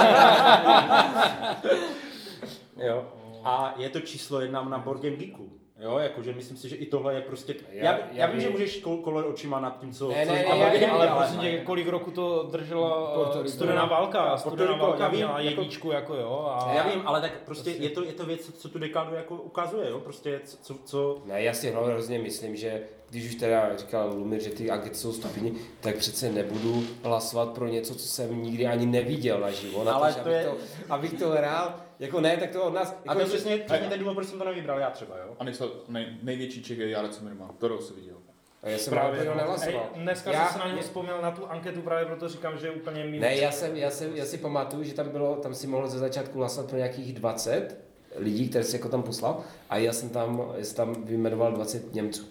jo. A je to číslo jedna na Board Game Geeku. Jo, jakože myslím si, že i tohle je prostě... Já, já, já vím, že můžeš kol- kolet očima nad tím, co... Ne, ne, co ne, ale, ne, ale ale prostě kolik roku to držela Porto studená válka. Studená Rico, válka já vím, měla jako- jedničku jako jo. A... já vím, ale tak prostě je to, je to věc, co tu dekádu jako ukazuje, jo, prostě co... co... Ne, já si hrozně myslím, že když už teda říkal Lumír, že ty ankety jsou stupidní, tak přece nebudu hlasovat pro něco, co jsem nikdy ani neviděl naživo. Na Ale to, to abych, je... to, abych to hrál, jako ne, tak to od nás... A to je přesně, přesně ten důvod, proč jsem to nevybral já třeba, jo. A nejsou, nej, největší Čech je Jarek Cimrman, kterou jsi viděl. A já jsem Právě, právě no. nehlasoval. Ej, dneska Já- jsem se na něj vzpomněl na tu anketu, právě proto říkám, že je úplně mimo. Ne, já, jsem, já, jsem, já si pamatuju, že tam bylo, tam si mohl ze začátku hlasovat pro nějakých dvacet lidí, které si jako tam poslal, a já jsem tam, já jsem tam vyjmenoval dvacet Němců.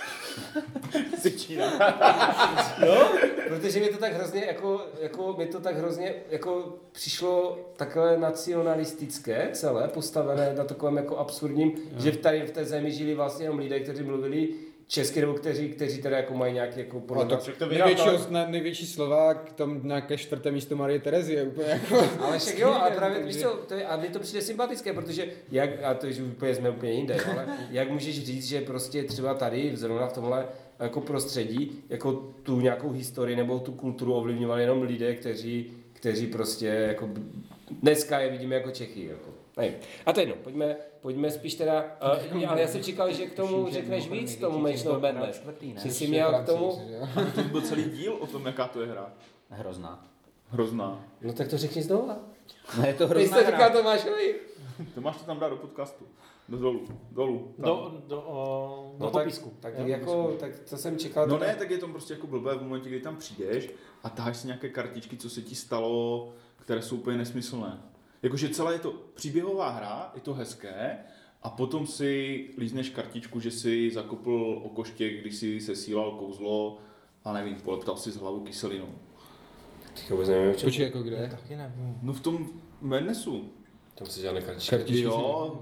No, protože mi to tak hrozně, jako, jako mi to tak hrozně, jako přišlo takové nacionalistické celé, postavené na takovém jako absurdním, no. Že tady v té zemi žili vlastně jenom lidé, kteří mluvili česky, nebo kteří, kteří teda jako mají nějaký jako Ale to, to největší, osna, největší Slovák, tam nějaké čtvrté místo Marie Terezie, úplně jako... Ale však jo, ale právě, víš co, to je, a mně to přijde sympatické, protože jak, a to je úplně jsme úplně jinde, ale jak můžeš říct, že prostě třeba tady, zrovna v tomhle jako prostředí, jako tu nějakou historii nebo tu kulturu ovlivňovali jenom lidé, kteří, kteří prostě jako dneska je vidíme jako Čechy, jako. Nevím. A to jedno, pojďme, pojďme spíš teda, uh, ale já jsem čekal, že k tomu řekneš víc, tomu Mansion of Madness. Ty jsi měl k tomu... To byl celý díl o tom, jaká to je hra. Hrozná. Hrozná. No tak to řekni znova. No je to Ty hrozná jsi to hra. říkal Tomášovi. To máš to tam dát do podcastu. Do dolů. Dolů. Tam. Do, do, o, do No tak, popisku. tak, Jo, jako, tak to jsem čekal. No teda- ne, tak je to prostě jako blbé v momentě, kdy tam přijdeš a taháš si nějaké kartičky, co se ti stalo, které jsou úplně nesmyslné. Jakože celá je to příběhová hra, je to hezké a potom si lízneš kartičku, že si zakopl o koště, když si sesílal kouzlo a nevím, poleptal si z hlavu kyselinou. Teď vůbec nevím, o čem. Počkej, jako kde? Taky nevím. No v tom Madnessu. Tam se žádné kartičky. Kartičky Jo,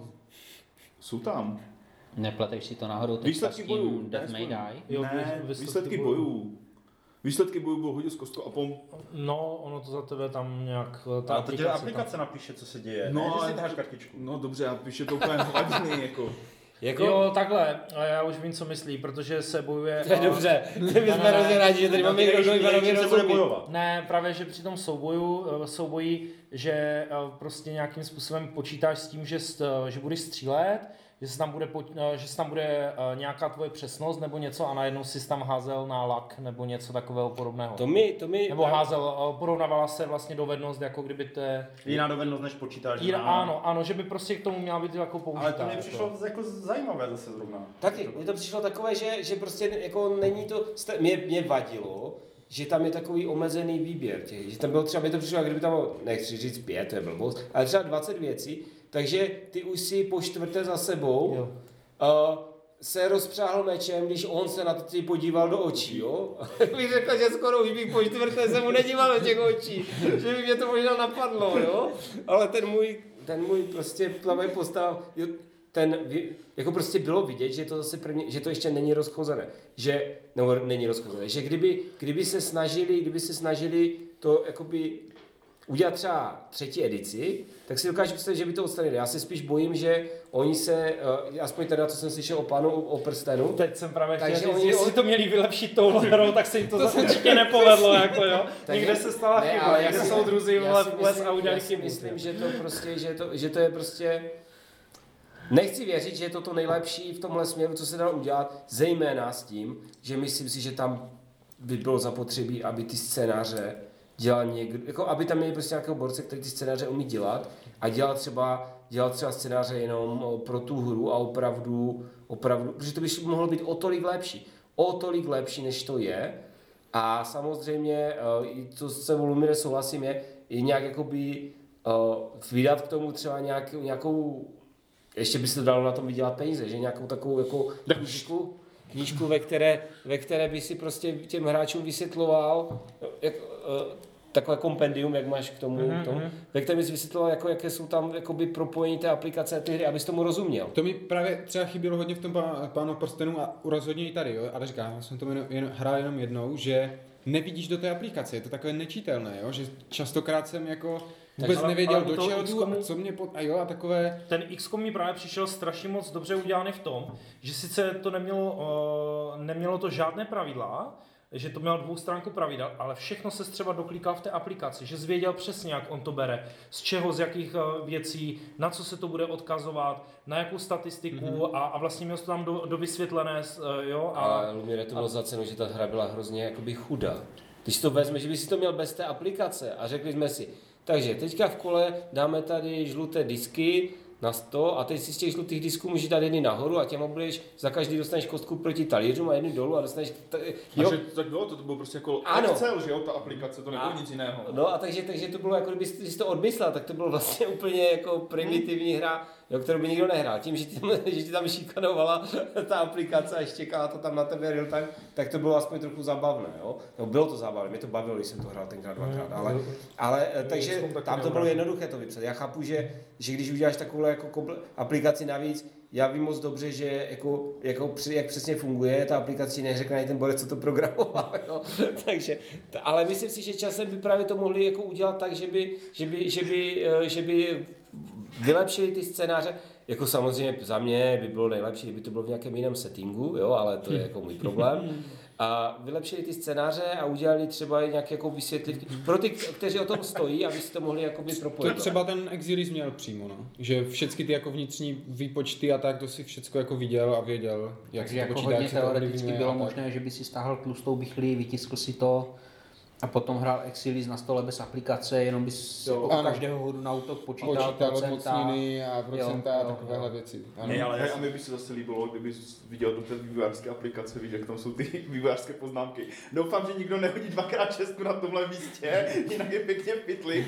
jsou tam. Nepleteš si to náhodou teďka Výsledky s bojů. tím Death May Die? Jo, Ne, výsledky výsledky bojů. bojů. Výsledky bojů bylo hodit z kostkou a pom... No, ono to za tebe tam nějak... Ta A to tě aplikace aplikace napíše, co se děje, No, ne, že ale- si dáš kartičku. No dobře, a píše to úplně hladiny, jako. Jako, Jo, takhle, a já už vím, co myslí, protože se bojuje... to je a- dobře. My jsme Ne, ne, ne. hrozně rádi, že tady máme někdo, kdo Nevíš, Ivanovi čím se bude rozumí. bojovat. Ne, právě, že při tom souboju, eh, souboji, že eh, prostě nějakým způsobem počítáš s tím, že, st- že budeš střílet, že se tam bude, po- eh, že se tam bude eh, nějaká tvoje přesnost nebo něco a najednou si tam házel na lak nebo něco takového podobného. To mi, to mi... Nebo házel, eh, porovnávala se vlastně dovednost, jako kdyby te... Jiná dovednost, než počítáš. Jíra, na- ano, ano, že by prostě k tomu měla být jako použitá. Ale to mi jako. přišlo jako zajímavé zase zrovna. Taky, mně to přišlo takové, že, že prostě jako není to... sta- Mě, mě vadilo, že tam je takový omezený výběr těch, že tam bylo třeba, mě to přišlo, jak kdyby tam bylo, nechci říct pět, to je blbost, ale třeba dvacet věcí, takže ty už si po čtvrté za sebou Jo. uh, se rozpřáhl mečem, když on se na to ty podíval do očí, jo? Bych řekl, že skoro už bych po čtvrté se mu nedíval do těch očí, že by mě to možná napadlo, jo? Ale ten můj, ten můj prostě plavý postav, jo, ten, vy- jako prostě bylo vidět, že to zase první, že to ještě není rozchozené, že, nebo není rozchozené, že kdyby, kdyby se snažili, kdyby se snažili to jakoby udělat třeba třetí edici, tak si dokážu představit, že by to odstranili. Já se spíš bojím, že oni se, uh, aspoň teda, co jsem slyšel o plánu o, o prstenu, Teď jsem právě chtěl Takže říct, oni- jestli to měli vylepšit touhle hrou, tak se jim to, to určitě nepovedlo, jako jo. Takže- Někde se stala ne, chyba, ale někde já si- soudruzi já vole si v les myslím- a udělali Já si chybu. myslím, že to prostě, že to, že to je prostě Nechci věřit, že je to to nejlepší v tomhle směru, co se dalo udělat, zejména s tím, že myslím si, že tam by bylo zapotřebí, aby ty scénáře dělal někdo, jako aby tam měli prostě nějakého borce, který ty scénáře umí dělat a dělat třeba, dělat třeba scénáře jenom pro tu hru a opravdu, opravdu, protože to by mohlo být o tolik lepší, o tolik lepší, než to je. A samozřejmě, to se o Lumire souhlasím, je, je nějak jakoby vydat k tomu třeba nějak, nějakou, ještě by se to dalo na tom vydělat peníze, že nějakou takovou jako knížku, knížku, ve které, ve které by si prostě těm hráčům vysvětloval, jak, takové kompendium, jak máš k tomu, mm-hmm. k tomu ve kterém bys vysvětloval, jako, jaké jsou tam jakoby propojení té aplikace a ty hry, abys tomu rozuměl. To mi právě třeba chybělo hodně v tom Pánu prstenů a rozhodně i tady, jo? Ale říkám, já jsem to jen, jen, hrál jenom jednou, že nevidíš do té aplikace, je to takové nečitelné, jo? Že častokrát jsem jako vůbec ale, nevěděl, ale do čeho jdu a co mě pod... A jo, a takové... Ten X COM mi právě přišel strašně moc dobře udělaný v tom, že sice to nemělo, uh, nemělo to žádné pravidla, že to měl dvoustránku pravidel, ale všechno se třeba doklikal v té aplikaci, že jsi věděl přesně, jak on to bere, z čeho, z jakých uh, věcí, na co se to bude odkazovat, na jakou statistiku mm-hmm. a, a vlastně měl to tam do, do vysvětlené, uh, jo. A, a Lumire to bylo a... za cenu, že ta hra byla hrozně jakoby chudá. Když to vezme, že by si to měl bez té aplikace a řekli jsme si, takže teďka v kole dáme tady žluté disky na sto a teď si z těch žlutých disků můžeš dát jedny nahoru a těma budeš, za každý dostaneš kostku proti talířům a jedny dolů a dostaneš... T- jo. A že tak bylo, to, to bylo prostě jako Excel, že jo, ta aplikace, to nebylo a, nic jiného. No a takže, takže to bylo jako, kdyby jsi to odmyslel, tak to bylo vlastně úplně jako primitivní hmm. hra, jo, kterou by nikdo nehrál. Tím, že ti, že ti tam šikanovala ta aplikace a štěkala to tam na tebe real time, tak to bylo aspoň trochu zabavné, jo. No, bylo to zábavné, mě to bavilo, když jsem to hrál tenkrát dvakrát, ale, ale takže tam to bylo jednoduché to vypsat. Já chápu, že, že když uděláš takovou jako aplikaci navíc, já vím moc dobře, že jako, jako, jak přesně funguje, ta aplikace neřekne ani ten borec, co to programoval. No. Takže, ale myslím si, že časem by právě to mohli jako udělat tak, že by, že by, že by, že by vylepšili ty scénáře. Jako samozřejmě za mě by bylo nejlepší, kdyby to bylo v nějakém jiném settingu, jo, ale to je jako můj problém. A vylepšili ty scénáře a udělali třeba nějaké jako vysvětlivky pro ty, kteří o tom stojí, aby si to mohli jakoby propojit. To třeba ten Exilis měl přímo, no. Že všechny ty jako vnitřní výpočty a tak, to si všecko jako viděl a věděl, jak takže jako hodně teoreticky bylo možné, že by si stáhl tlustou bychlí, vytiskl si to a potom hrál Exilis na stole bez aplikace, jenom bys jo, jako každého hodu na útok počítal, počítal odmocnění a procenta a takovéhle věci. Ne, ale a mi by se zase líbilo, kdyby viděl do té vývojářské aplikace, víš, jak tam jsou ty vývojářské poznámky. Doufám, že nikdo nehodí dvakrát šestku na tomhle místě, jinak je pěkně v pytli.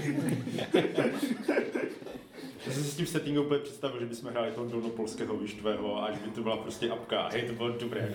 Já jsem si s tím settingu úplně představil, že bychom hráli toho dolnopolského vyštvého a že by to byla prostě apka. Hej, to bylo dobré.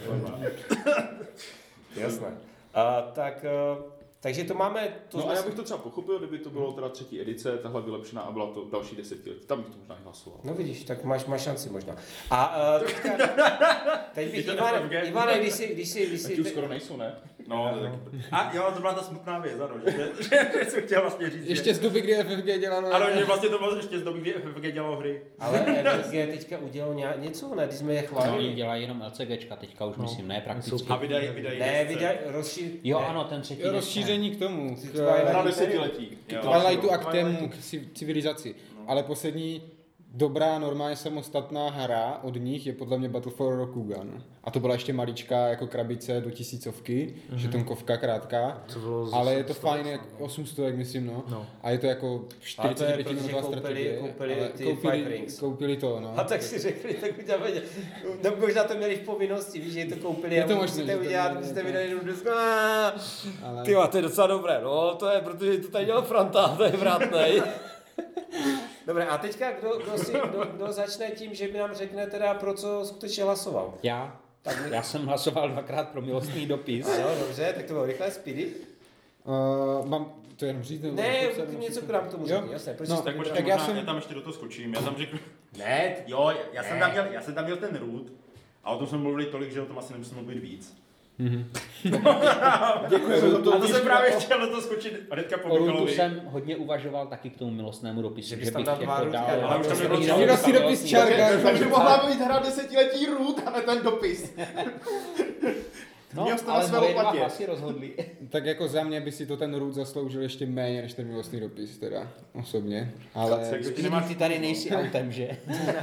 Jasné. A tak... Uh... Takže to máme... To no a já bych to třeba pochopil, kdyby to bylo teda třetí edice, tahle vylepšená a byla to další desetiletí. Tam bych to možná hlasoval. No vidíš, tak máš, máš šanci možná. A uh, teďka... Teď bych Ivane, Ivane, když si... Když si, když si teď už skoro nejsou, ne? No, no. A jo, to byla ta smutná věc, ano, že, že, že jsem chtěl vlastně říct, ještě že... z doby, kdy F F G dělalo... Ano, že vlastně to bylo ještě z doby, kdy F F G dělalo hry. Ale F F G teďka udělal něco, ne? Když jsme je chválili. No, oni dělají jenom LCGčka teďka už, no. Myslím, ne prakticky. A vydají, vydají... Ne, vydají, rozšíř... Jo, ano, ten třetí. Jo, rozšíření k tomu. Na desetiletí. K Twilightu a k tému, k civilizaci. Ale poslední dobrá, normálně samostatná hra od nich je podle mě Battle for Rokugan. A to byla ještě maličká jako krabice do tisícovky, mm-hmm. žetonkovka krátká, ale je to fajn, jak osm set, jak myslím, no. no. A je to jako čtyřicet pět minutová strategie. Koupili, ty koupili, koupili to, no. A tak si řekli, tak uděláme, no možná to měli v povinnosti, víš, že to koupili je to a možný, musíte udělat, musíte vydat jenom desku. Ale... Tyva, to je docela dobré, no to je, protože to tady dělal Franta, to je vrátnej. Dobré, a teďka kdo, kdo, si, kdo, kdo začne tím, že by nám řekne teda, pro co skutečně hlasoval? Já. Tak my... Já jsem hlasoval dvakrát pro milostný dopis. Ano, dobře, tak to bylo rychle, Speedy. Uh, mám to jenom říct? Ne, ty něco k nám tomu řekni, jasné. No, tak možná, tak já, jsem... já tam ještě do toho skočím, já tam řeknu... Ne, jo, já, ne. Jsem tam měl, já jsem tam měl ten root a o tom jsme mluvili tolik, že o tom asi nemusím mluvit víc. Mm-hmm. Děkuji za to. A to jsem právě chtěl do toho skočit hnedka po Mikalovi. jsem hodně uvažoval taky k tomu milostnému dopisu, že, že bych jako dál... Ale už tam nebyl milostný dopis čárka. Takže mohla být hra desetiletí root a ne ten dopis. No, Měl jste na ale své moje dva lopatě. hlasy rozhodli. Tak jako za mě by si to ten Root zasloužil ještě méně než ten milostný dopis, teda osobně. Ale Ty, ty tady nejsi autem, že?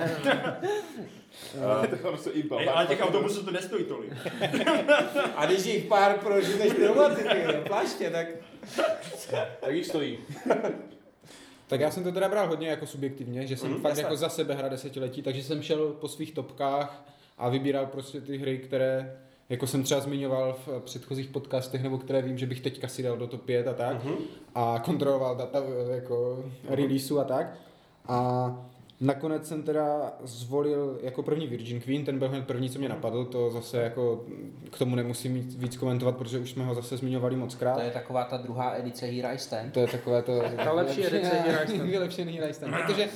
Ej, ale těch autobusů to nestojí tolik. A když jich pár prožiješ pneumatiky, no, pláště, tak... Tak jich stojí. tak já jsem to teda bral hodně jako subjektivně, že jsem Mhm, fakt jasně. jako za sebe hra desetiletí, takže jsem šel po svých topkách a vybíral prostě ty hry, které jako jsem třeba zmiňoval v předchozích podcastech, nebo které vím, že bych teďka si dal do top pět a tak. Mhm. A kontroloval data jako releaseu a tak. A nakonec jsem teda zvolil jako první Virgin Queen, ten byl hned první, co mě napadl, to zase jako k tomu nemusím mít víc komentovat, protože už jsme ho zase zmiňovali mockrát. To je taková ta druhá edice Here I Stand. To je takové to... Ta lepší edice Here I Stand. Vylepšený Here I Stand. Protože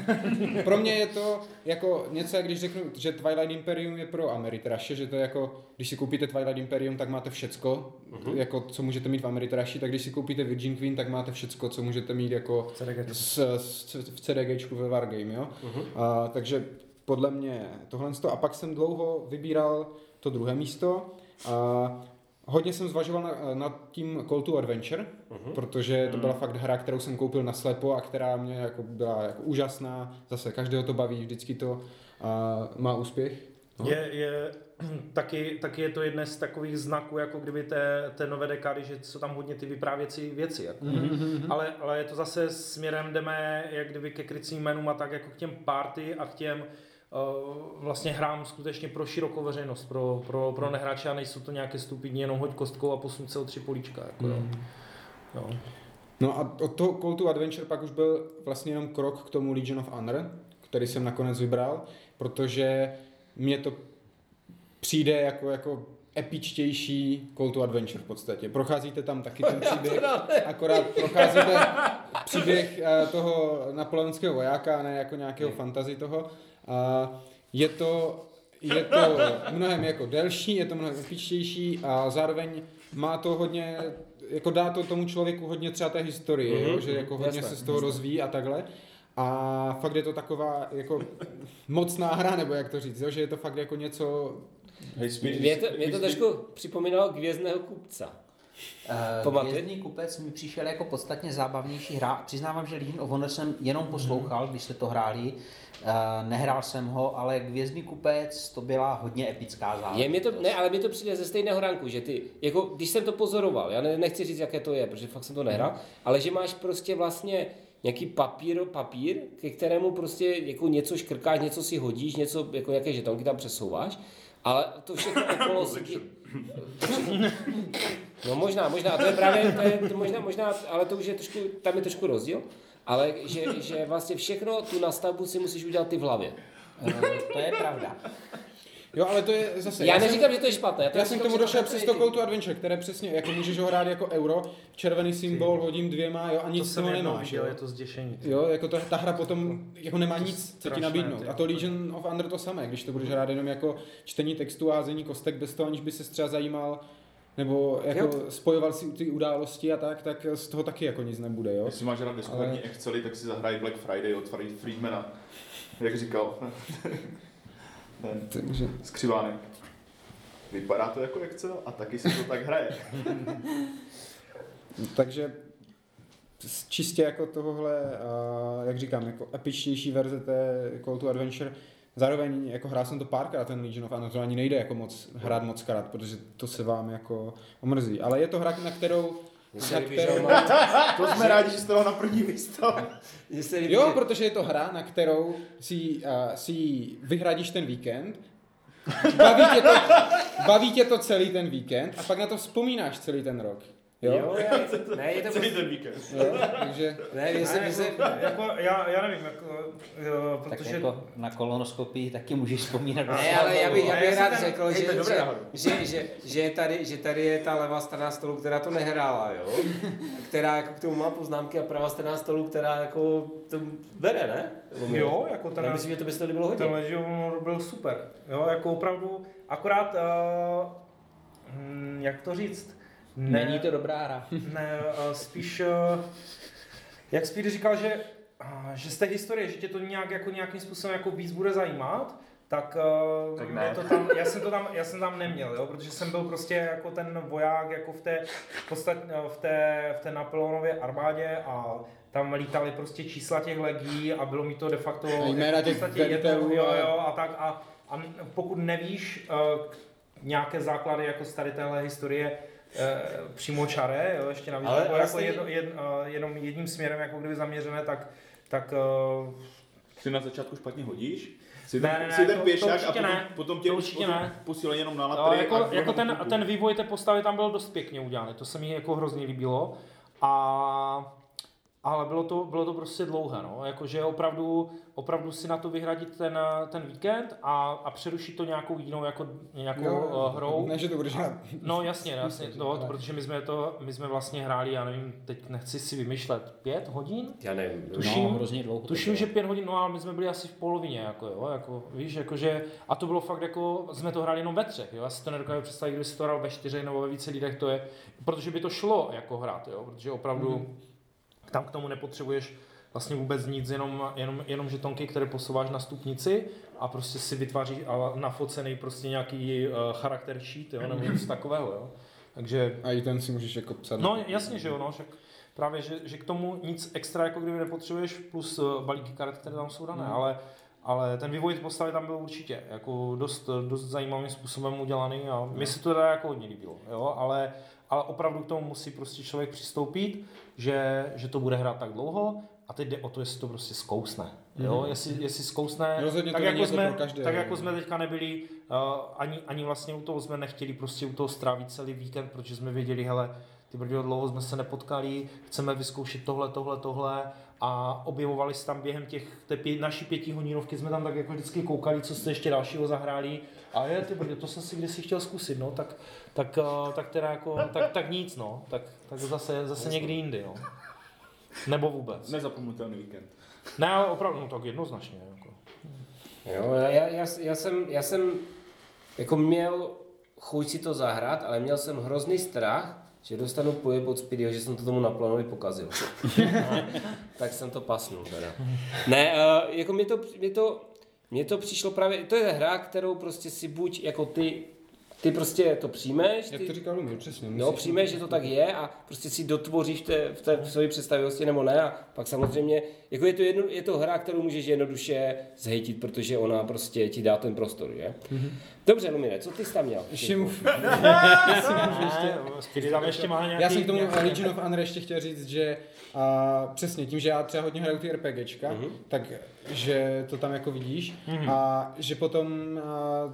pro mě je to jako něco, jak když řeknu, že Twilight Imperium je pro Ameritraše, že to je jako, když si koupíte Twilight Imperium, tak máte všecko, uh-huh. jako co můžete mít v Ameritraši, tak když si koupíte Virgin Queen, tak máte všecko, co můžete mít jako s, s, v CDGčku ve Wargame, jo. Uh-huh. A, takže podle mě tohle a pak jsem dlouho vybíral to druhé místo. A hodně jsem zvažoval na, nad tím Call to Adventure, uh-huh. protože to byla fakt hra, kterou jsem koupil naslepo a která mě jako byla jako úžasná. Zase každého to baví, vždycky to a, má úspěch. No. Je, je, taky, taky je to jeden z takových znaků, jako kdyby té, té nové dekády, že jsou tam hodně ty vyprávěcí věci. Jako. Mm-hmm. Ale, ale je to zase směrem, jdeme jak kdyby ke krycím jménům a tak jako k těm party a k těm uh, vlastně hrám skutečně pro širokou veřejnost, pro, pro, pro nehráče a nejsou to nějaké stupidní, jenom hoď kostkou a posun se o tři políčka. Jako, mm. jo. No a od toho Call to Adventure pak už byl vlastně jenom krok k tomu Legion of Honor, který jsem nakonec vybral, protože mně to přijde jako, jako epičtější Call to Adventure v podstatě. Procházíte tam taky ten příběh, akorát procházíte příběh toho napoleonského vojáka, ne jako nějakého fantasy toho. A je to, je to mnohem jako delší, je to mnohem epičtější a zároveň má to hodně, jako dá to tomu člověku hodně třeba té historie, mm-hmm. jo, že jako hodně jasné, se z toho jasné. rozvíjí a takhle. A fakt je to taková jako mocná hra, nebo jak to říct, jo? Že je to fakt jako něco... Mě to, mě to trošku připomínalo Hvězdného kupce. Uh, Hvězdný kupec mi přišel jako podstatně zábavnější hra. Přiznávám, že Legion of Honor jsem jenom poslouchal, když jste to hráli. Uh, nehrál jsem ho, ale Hvězdný kupec to byla hodně epická záležitost. Je, mě to, ne, ale mi to přijde ze stejného ranku, že ty, jako když jsem to pozoroval, já ne, nechci říct, jaké to je, protože fakt jsem to nehrál, mm. ale že máš prostě vlastně nějaký papír, papír, ke kterému prostě jako něco škrkáš, něco si hodíš, něco jako nějaké žetonky tam přesouváš, ale to všechno okolo si... No možná, možná, to je právě, to je, to možná, možná, ale to už je trošku, tam je trošku rozdíl, ale že, že vlastně všechno tu nastavbu si musíš udělat ty v hlavě. Uh, to je pravda. Jo, ale to je zase... Já, já neříkám, neříkám, že to je špatné. Já, já jsem k tomu došel přes to ty... Call to Adventure, které přesně, jako můžeš ho hrát jako euro, červený symbol, hodím dvěma, jo, a nic z toho nemáš. Viděl, je to zděšení. Jo, jako to, ta hra potom jako nemá nic, co ti nabídnout. A to Legion of Honor to samé, když to budeš hrát jenom jako čtení textu a házení kostek bez toho, aniž by se třeba zajímal, nebo jako jo. spojoval si ty události a tak, tak z toho taky jako nic nebude, jo. Jestli máš rád diskuherní ale... Excely, tak si zahraj Black Friday od Friedmana, jak říkal. Takže... Skřivánek. Vypadá to jako Excel a taky si to tak hraje. Takže čistě jako tohohle, jak říkám, jako epičtější verze té Call to Adventure. Zároveň jako hrál jsem to párkrát, ten Legion of Honor, to ani nejde jako moc hrát moc krát, protože to se vám jako omrzí. Ale je to hra, na kterou... Na kterou má... To jsme rádi, že jste ho na první místo. Jo, protože je to hra, na kterou si, uh, si vyhradíš ten víkend, baví tě, to, baví tě to celý ten víkend a pak na to vzpomínáš celý ten rok. Jo, jo já, ne, je to celý ten víkend. Jo, takže... Ne, mě se, mě se... Jako, já, já nevím, jako, jo, protože... Tak jako na kolonoskopii taky můžeš vzpomínat. Ne, ale já bych, já bych rád řekl, že, že, že, že, že, je tady, že tady je ta levá strana stolu, která to nehrála, jo? Která jako k tomu má poznámky a pravá strana stolu, která jako to bere, ne? Jo, jako ten... Já myslím, že to by se to líbilo hodně. Ten Legion byl super, jo, jako opravdu, akorát, uh, hm, jak to říct, Ne, není to dobrá hra. Ne, spíš, jak Speedy říkal, že, že z té historie, že tě to nějak, jako nějakým způsobem jako víc bude zajímat, tak, tak ne. To tam, já, jsem to tam, já jsem tam neměl, jo, protože jsem byl prostě jako ten voják jako v té, v podstat, v té, v té Napoleonově armádě a tam lítaly prostě čísla těch legií a bylo mi to de facto jména jako v podstatě jedno, jo, a... jo, a tak a, a pokud nevíš uh, nějaké základy jako z tady téhle historie uh, přímo čaré, jo, ještě navíc, ale, jako jedno, jed, uh, jenom jedním směrem jako kdyby zaměřené, tak, tak uh, si na začátku špatně hodíš. Jsi ne, ten, ne, ne, jsi ten to, pěšák to a potom, ne. potom tě určitě ne. posílají jenom na no, latry. jako, a jako ten, ten vývoj té postavy tam byl dost pěkně udělaný, to se mi jako hrozně líbilo. A ale bylo to, bylo to prostě dlouhé, no, jakože opravdu, opravdu si na to vyhradit ten, ten víkend a, a přerušit to nějakou jinou jako, nějakou jo, uh, hrou. Ne, že to budeš a, No jasně, jasně, no, to, protože my jsme to, my jsme vlastně hráli, já nevím, teď nechci si vymýšlet, pět hodin? Já nevím. Tuším, no, hrozně dlouho. Tuším, že pět hodin, no ale my jsme byli asi v polovině, jako jo, jako, víš, jakože, a to bylo fakt jako, jsme to hráli jenom ve třech, jo, já si to nedokážu představit, kdyby si to hrál ve čtyřech nebo ve více lidech, to je, protože by to šlo jako hrát, jo, protože opravdu mm. tam k tomu nepotřebuješ vlastně vůbec nic, jenom, jenom, jenom žetonky, které posouváš na stupnici a prostě si vytváří nafocený prostě nějaký uh, charakter sheet, jo, nebo něco takového, jo. Takže... A i ten si můžeš jako psat. No jasně, že jo, no, však právě, že, že k tomu nic extra jako kdyby nepotřebuješ, plus uh, balíky karet, které tam jsou dané, mm. ale, ale ten vývoj postavy tam byl určitě jako dost, dost zajímavým způsobem udělaný a mi se to teda jako hodně líbilo, jo, ale ale opravdu k tomu musí prostě člověk přistoupit, že, že to bude hrát tak dlouho a teď jde o to, jestli to prostě zkousne. Jo? Mm. Jestli, jestli zkousne, rozhodně tak, to jako jsme, pro každé, tak jako jsme teďka nebyli, uh, ani, ani vlastně u toho jsme nechtěli prostě u toho strávit celý víkend, protože jsme věděli, hele, ty brďo, dlouho jsme se nepotkali, chceme vyzkoušet tohle, tohle, tohle a objevovali se tam během těch, té pě, naší pětihodinovky, jsme tam tak jako vždycky koukali, co jste ještě dalšího zahráli a je, ty brďo, to jsem si kdysi chtěl zkusit, no, tak, tak, tak teda jako, tak, tak nic, no, tak, tak zase, zase někdy jindy, no. Nebo vůbec. Nezapomenutelný víkend. Ne, ale opravdu, no tak jednoznačně, jako. Jo, já, já, já, jsem, já jsem jako měl chuť si to zahrát, ale měl jsem hrozný strach, že dostanu pojeb od Speedyho, že jsem to tomu Napoleonovi pokazil. Tak jsem to pasnul teda. Ne, uh, jako mě to, mě to, mě to přišlo právě, to je hra, kterou prostě si buď jako ty, ty prostě to přijmeš. Jak ty, to říkal Lumír, přesně. No, přijmeš, že to tak je a prostě si dotvoříš v té, v té v své představivosti nebo ne a pak samozřejmě, jako je to, jedno, je to hra, kterou můžeš jednoduše zhejtit, protože ona prostě ti dá ten prostor, že? Mm-hmm. Dobře, Lumíre, co ty jsi tam měl? Ještě mu... Já jsem k tomu Legion of Honor ještě chtěl říct, že a, přesně tím, že já třeba hodně hraju ty RPGčka, mm-hmm. tak že to tam jako vidíš mm-hmm. a že potom a,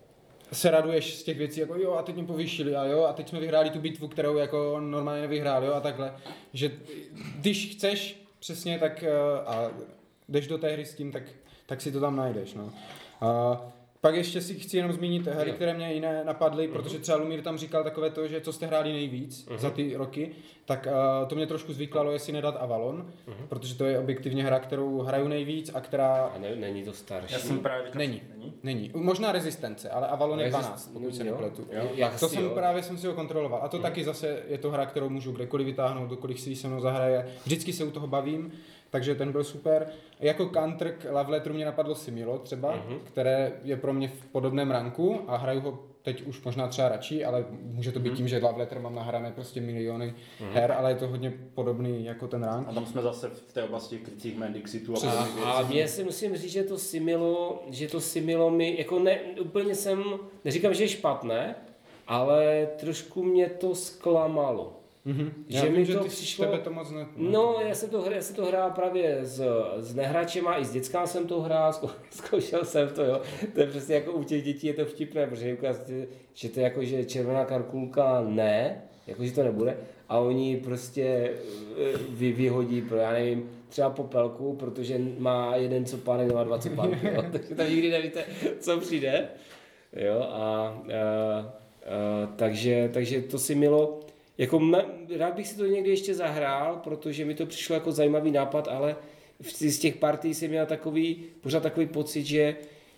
se raduješ z těch věcí, jako jo a teď mě povýšili a jo a teď jsme vyhráli tu bitvu, kterou jako normálně nevyhráli, jo a takhle, že když chceš přesně tak a jdeš do té hry s tím, tak, tak si to tam najdeš, no. A, pak ještě si chci jenom zmínit hry, které mě jiné napadly, uh-huh. protože třeba Lumír tam říkal takové to, že co jste hráli nejvíc uh-huh. za ty roky, tak uh, to mě trošku zvyklalo, jestli nedat Avalon, uh-huh. protože to je objektivně hra, kterou hraju nejvíc a která... A ne, není to starší. Já jsem právě říkal, není, není, není. Možná Rezistence, ale Avalon je dvanáct, pokud se nepletu. To jsem jo. právě jsem si ho kontroloval. A to uh-huh. taky zase je to hra, kterou můžu kdekoliv vytáhnout, dokoliv si se mnou zahraje. Vždycky se u toho bavím. Takže ten byl super. Jako counter k Love Letteru mě napadlo Similo třeba, uh-huh. které je pro mě v podobném ranku a hraju ho teď už možná třeba radši, ale může to být uh-huh. tím, že Love Letter mám nahrané prostě miliony uh-huh. her, ale je to hodně podobný jako ten rank. A tam jsme zase v té oblasti krycích jmen Dixitu a A, a mě si musím říct, že to Similo, že to Similo mi, jako ne, úplně jsem, neříkám, že je špatné, ale trošku mě to zklamalo. Mm-hmm. Že já mi vím, že to ty přišlo... tebe to moc ne... No, já jsem to, já jsem to hrál právě s, s nehráčema, i s dětskám jsem to hrál, zkoušel jsem to, jo. To je přesně jako u těch dětí je to vtipné, protože že to je jako, že červená karkulka ne, jako že to nebude, a oni prostě vy, vyhodí pro, já nevím, třeba popelku, protože má jeden copánek, dva dva copánky, jo. Takže tam nikdy nevíte, co přijde, jo, a, a, a takže, takže to si milo. Jako m- rád bych si to někdy ještě zahrál, protože mi to přišlo jako zajímavý nápad, ale z těch partí jsem měl takový, pořád takový pocit, že,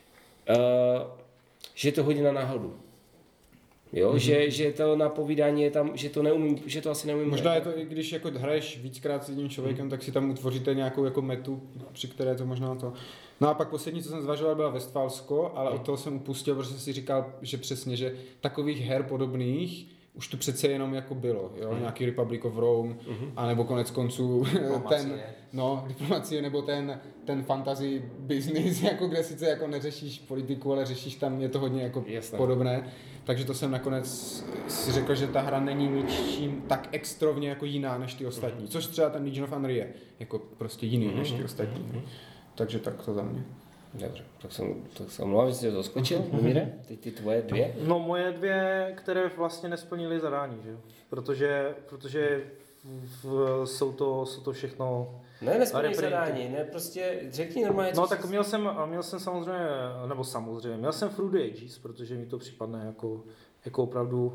uh, že je to hodně na náhodu. Jo, mm-hmm. že, že to napovídání je tam, že to neumím, že to asi neumím. Možná je to, i když jako hraješ víckrát s jedním člověkem, mm. tak si tam utvoříte nějakou jako metu, při které to možná to... No a pak poslední, co jsem zvažoval, byla Westfalsko, ale od toho jsem upustil, protože jsem si říkal, že přesně, že takových her podobných už tu přece jenom jako bylo, jo, mm. nějaký Republic of Rome, mm-hmm. anebo konec konců ten, no, diplomacie, nebo ten, ten fantasy business, jako kde sice jako neřešíš politiku, ale řešíš tam, je to hodně jako Jasne. podobné, takže to jsem nakonec si řekl, že ta hra není ničím tak extrovně jako jiná než ty ostatní, mm-hmm. což třeba ten Legion of Honor je, jako prostě jiný mm-hmm. než ty ostatní, mm-hmm. takže tak to za mě. Dobře, tak jsem, tak jsem omlouvám, že jsi to skočil, Mimíre, ty, ty tvoje dvě? No moje dvě, které vlastně nesplnily zadání, že jo, protože, protože v, jsou, to, jsou to všechno... Ne, nesplnily zadání, ne, prostě řekni normálně, co No tak měl jsem, měl jsem samozřejmě, nebo samozřejmě, měl jsem Through the Ages, protože mi to připadne jako, jako opravdu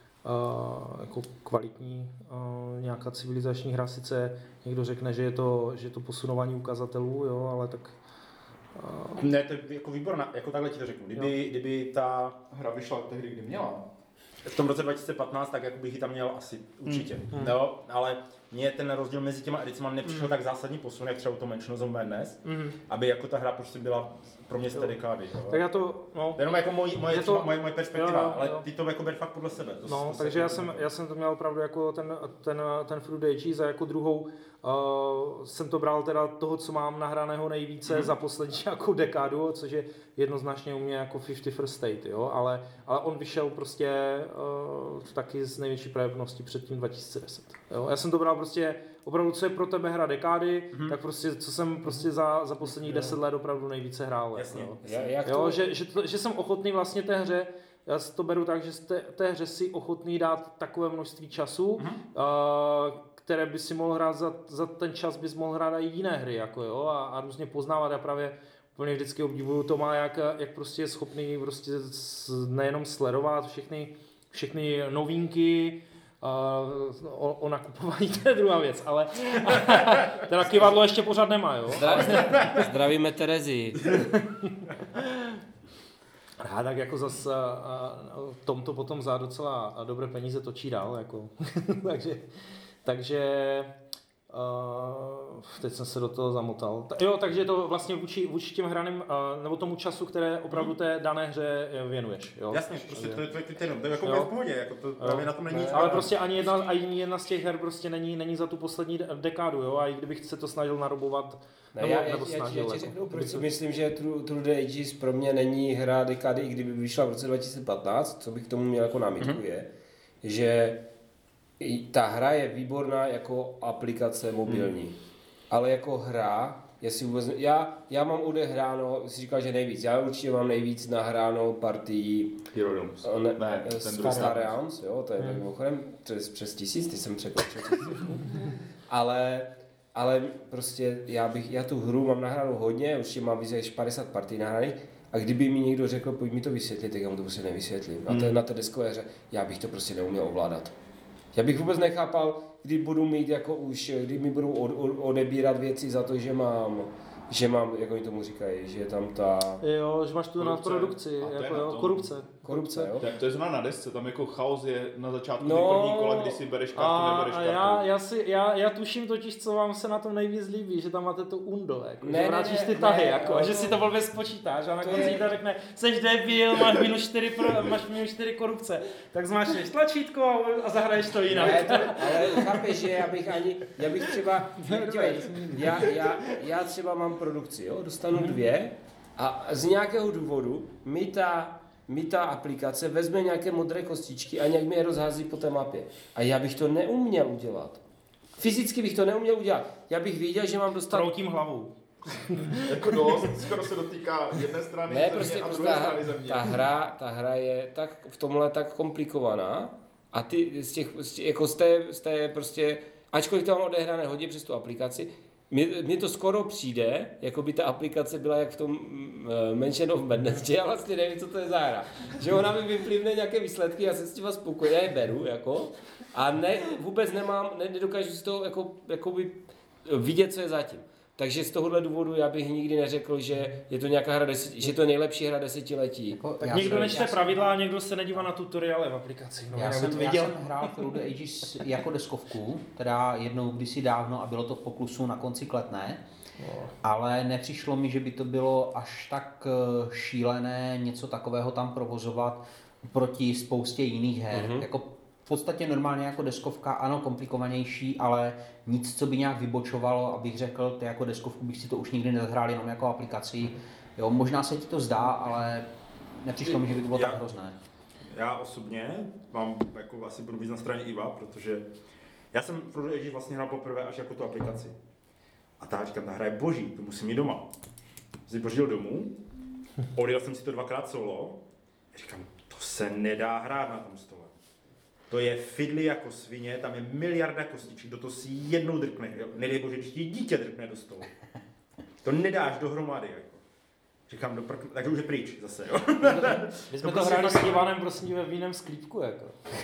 uh, jako kvalitní uh, nějaká civilizační hra, sice někdo řekne, že je to, že je to posunování ukazatelů, jo, ale tak... Uh, ne, to je jako výborná, jako takhle ti to řeknu. Kdyby, kdyby ta hra vyšla tehdy, kdy měla, v tom roce dva tisíce patnáct, tak jako bych ji tam měl asi určitě. Mm. No, ale mně ten rozdíl mezi těma edicema nepřišel mm. tak zásadní posun, jak třeba u toho Mansion of Madness, mm. aby jako ta hra prostě byla pro mě z té dekády. Jo. Tak já to, no. To je jenom jako moje, moje, to, moje, moje perspektiva, jo, jo, ale ty to jako ber fakt podle sebe. To, no, to takže já jsem, já jsem to měl opravdu jako ten, ten, ten Through the Ages a jako druhou Uh, jsem to bral teda toho, co mám nahraného nejvíce mm-hmm. za poslední jako dekádu, což je jednoznačně u mě jako fifty First State, jo, ale, ale on vyšel prostě uh, taky z největší pravděpodobností před tím dva tisíce deset. Jo. Já jsem to bral prostě opravdu, co je pro tebe hra dekády, mm-hmm. tak prostě, co jsem prostě za, za posledních deset let opravdu nejvíce hrál. Jasně. Jo. Jak jo, to... že, že, to, že jsem ochotný vlastně té hře, já to beru tak, že té, té hře si ochotný dát takové množství času, mm-hmm. uh, které by si mohl hrát za, za ten čas, bys mohl hrát i jiné hry, jako jo, a, a různě poznávat. Já právě úplně vždycky obdivuju Toma, jak, jak prostě je schopný prostě nejenom sledovat všechny, všechny novinky, uh, o, o nakupování, to je druhá věc, ale teda kyvadlo ještě pořád nemá, jo. Zdravíme Terezi. A tak jako zase Tom to potom za docela dobré peníze točí dál, jako, takže Takže uh, teď jsem se do toho zamotal. Ta, jo, takže to vlastně vůči, vůči těm hraným, uh, nebo tomu času, které opravdu té dané hře věnuješ. Jo? Jasně, prostě to je tvoje kritérium, to je jako v pohodě, jako to právě na tom není nic. Ale prostě ani jedna, ani jedna z těch her prostě není, není za tu poslední dekádu, jo, a i kdybych se to snažil narobovat, ne, nebo, já, nebo já, snažil. Já ti řeknu, proč si myslím, že True, True the Ages pro mě není hra dekády, i kdyby vyšla v roce dva tisíce patnáct, co bych k tomu měl jako námitku mm-hmm. je, že ta hra je výborná jako aplikace mobilní, hmm. ale jako hra, jestli vůbec, já, já mám odehráno, jsi říkal, že nejvíc, já určitě mám nejvíc nahráno partii Hero Realms, ne, ne, ten Star Realms, jo, to je hmm. mimochodem přes, přes tisíc, ty jsem překročil ale, ale prostě já bych, já tu hru mám nahránou hodně, určitě mám víc než padesát partí nahraných, a kdyby mi někdo řekl, pojď mi to vysvětlit, tak já mu to prostě nevysvětlím. Hmm. A to, na té deskové hře, já bych to prostě neuměl ovládat. Já bych vůbec nechápal, kdy budu mít jako už, kdy mi budou od, od, odebírat věci za to, že mám, že mám, jak oni tomu říkají, že je tam ta... Jo, že máš tu nadprodukci, jako jo, korupce. Korupce, jo? Tak to je zrovna na desce, tam jako chaos je na začátku no, první kola, kdy si bereš kartu, a, nebereš kartu. Já, já, si, já, já tuším totiž, co vám se na tom nejvíc líbí, že tam máte to undo, jako, ne, že vrátíš ty tahy, ne, jako, a že si to blbě spočítáš a na konci je... řekne, seš debil, máš minus čtyři, pro, máš minus čtyři korupce, tak zmáčneš tlačítko a zahraješ to jinak. Ne, to, ale chápeš, že já bych ani, já bych třeba, dělej, já, já, já třeba mám produkci, jo, dostanu dvě a z nějakého důvodu mi ta mi ta aplikace vezme nějaké modré kostičky a nějak mi je rozhází po té mapě. A já bych to neuměl udělat. Fyzicky bych to neuměl udělat. Já bych věděl, že mám dostat... Troutím hlavou. Jako dost, skoro se dotýká jedné strany ne, země prostě a prostě druhé ta, strany země. Ta hra, ta hra je tak, v tomhle tak komplikovaná a ty z těch, z těch, jako z té, z té prostě, ačkoliv to mám odehrané hodně přes tu aplikaci, mně to skoro přijde, jako by ta aplikace byla jak v tom uh, Mansion of Madness, že já vlastně nevím, co to je za hra. Že ona mi vyplivne nějaké výsledky, já se s tím spokoju, já je beru, jako, a ne, vůbec nemám, ne, nedokážu si to jako, jakoby vidět, co je zatím. takže z tohohle důvodu já bych nikdy neřekl, že je to nějaká hra, deset, že to je nejlepší hra desetiletí. Jako, tak někdo nečte pravidla a někdo se nedívá na tutoriály v aplikaci. No, já, jsem, to viděl. já jsem hrál Through the Ages jako deskovku, teda jednou kdysi dávno a bylo to v poklusu na konci Kletné. No. Ale nepřišlo mi, že by to bylo až tak šílené něco takového tam provozovat proti spoustě jiných her. Mm-hmm. Jako v podstatě normálně jako deskovka, ano, komplikovanější, ale nic, co by nějak vybočovalo, abych řekl, ty jako deskovku bych si to už nikdy nezahrál jenom jako aplikaci. Jo, možná se ti to zdá, ale nepřišlo mi, že by to bylo já, tak hrozné. Já osobně mám, jako asi budu víc na straně Iva, protože já jsem Through the Ages vlastně hrál poprvé až jako tu aplikaci. A ta říkám, ta hra je boží, to musím mít doma. Jsem pořídil domů, odjel jsem si to dvakrát solo a říkám, to se nedá hrát na tom stole. To je fidly jako svině, tam je miliarda kostiček, do toho si jednou drkne, nedej bože, když ti dítě drkne do stolu. To nedáš dohromady. Jako. Říkám, do prk... takže už je pryč zase, jo. My jsme to, to hráli s Ivanem prostě ve víném sklípku, jako.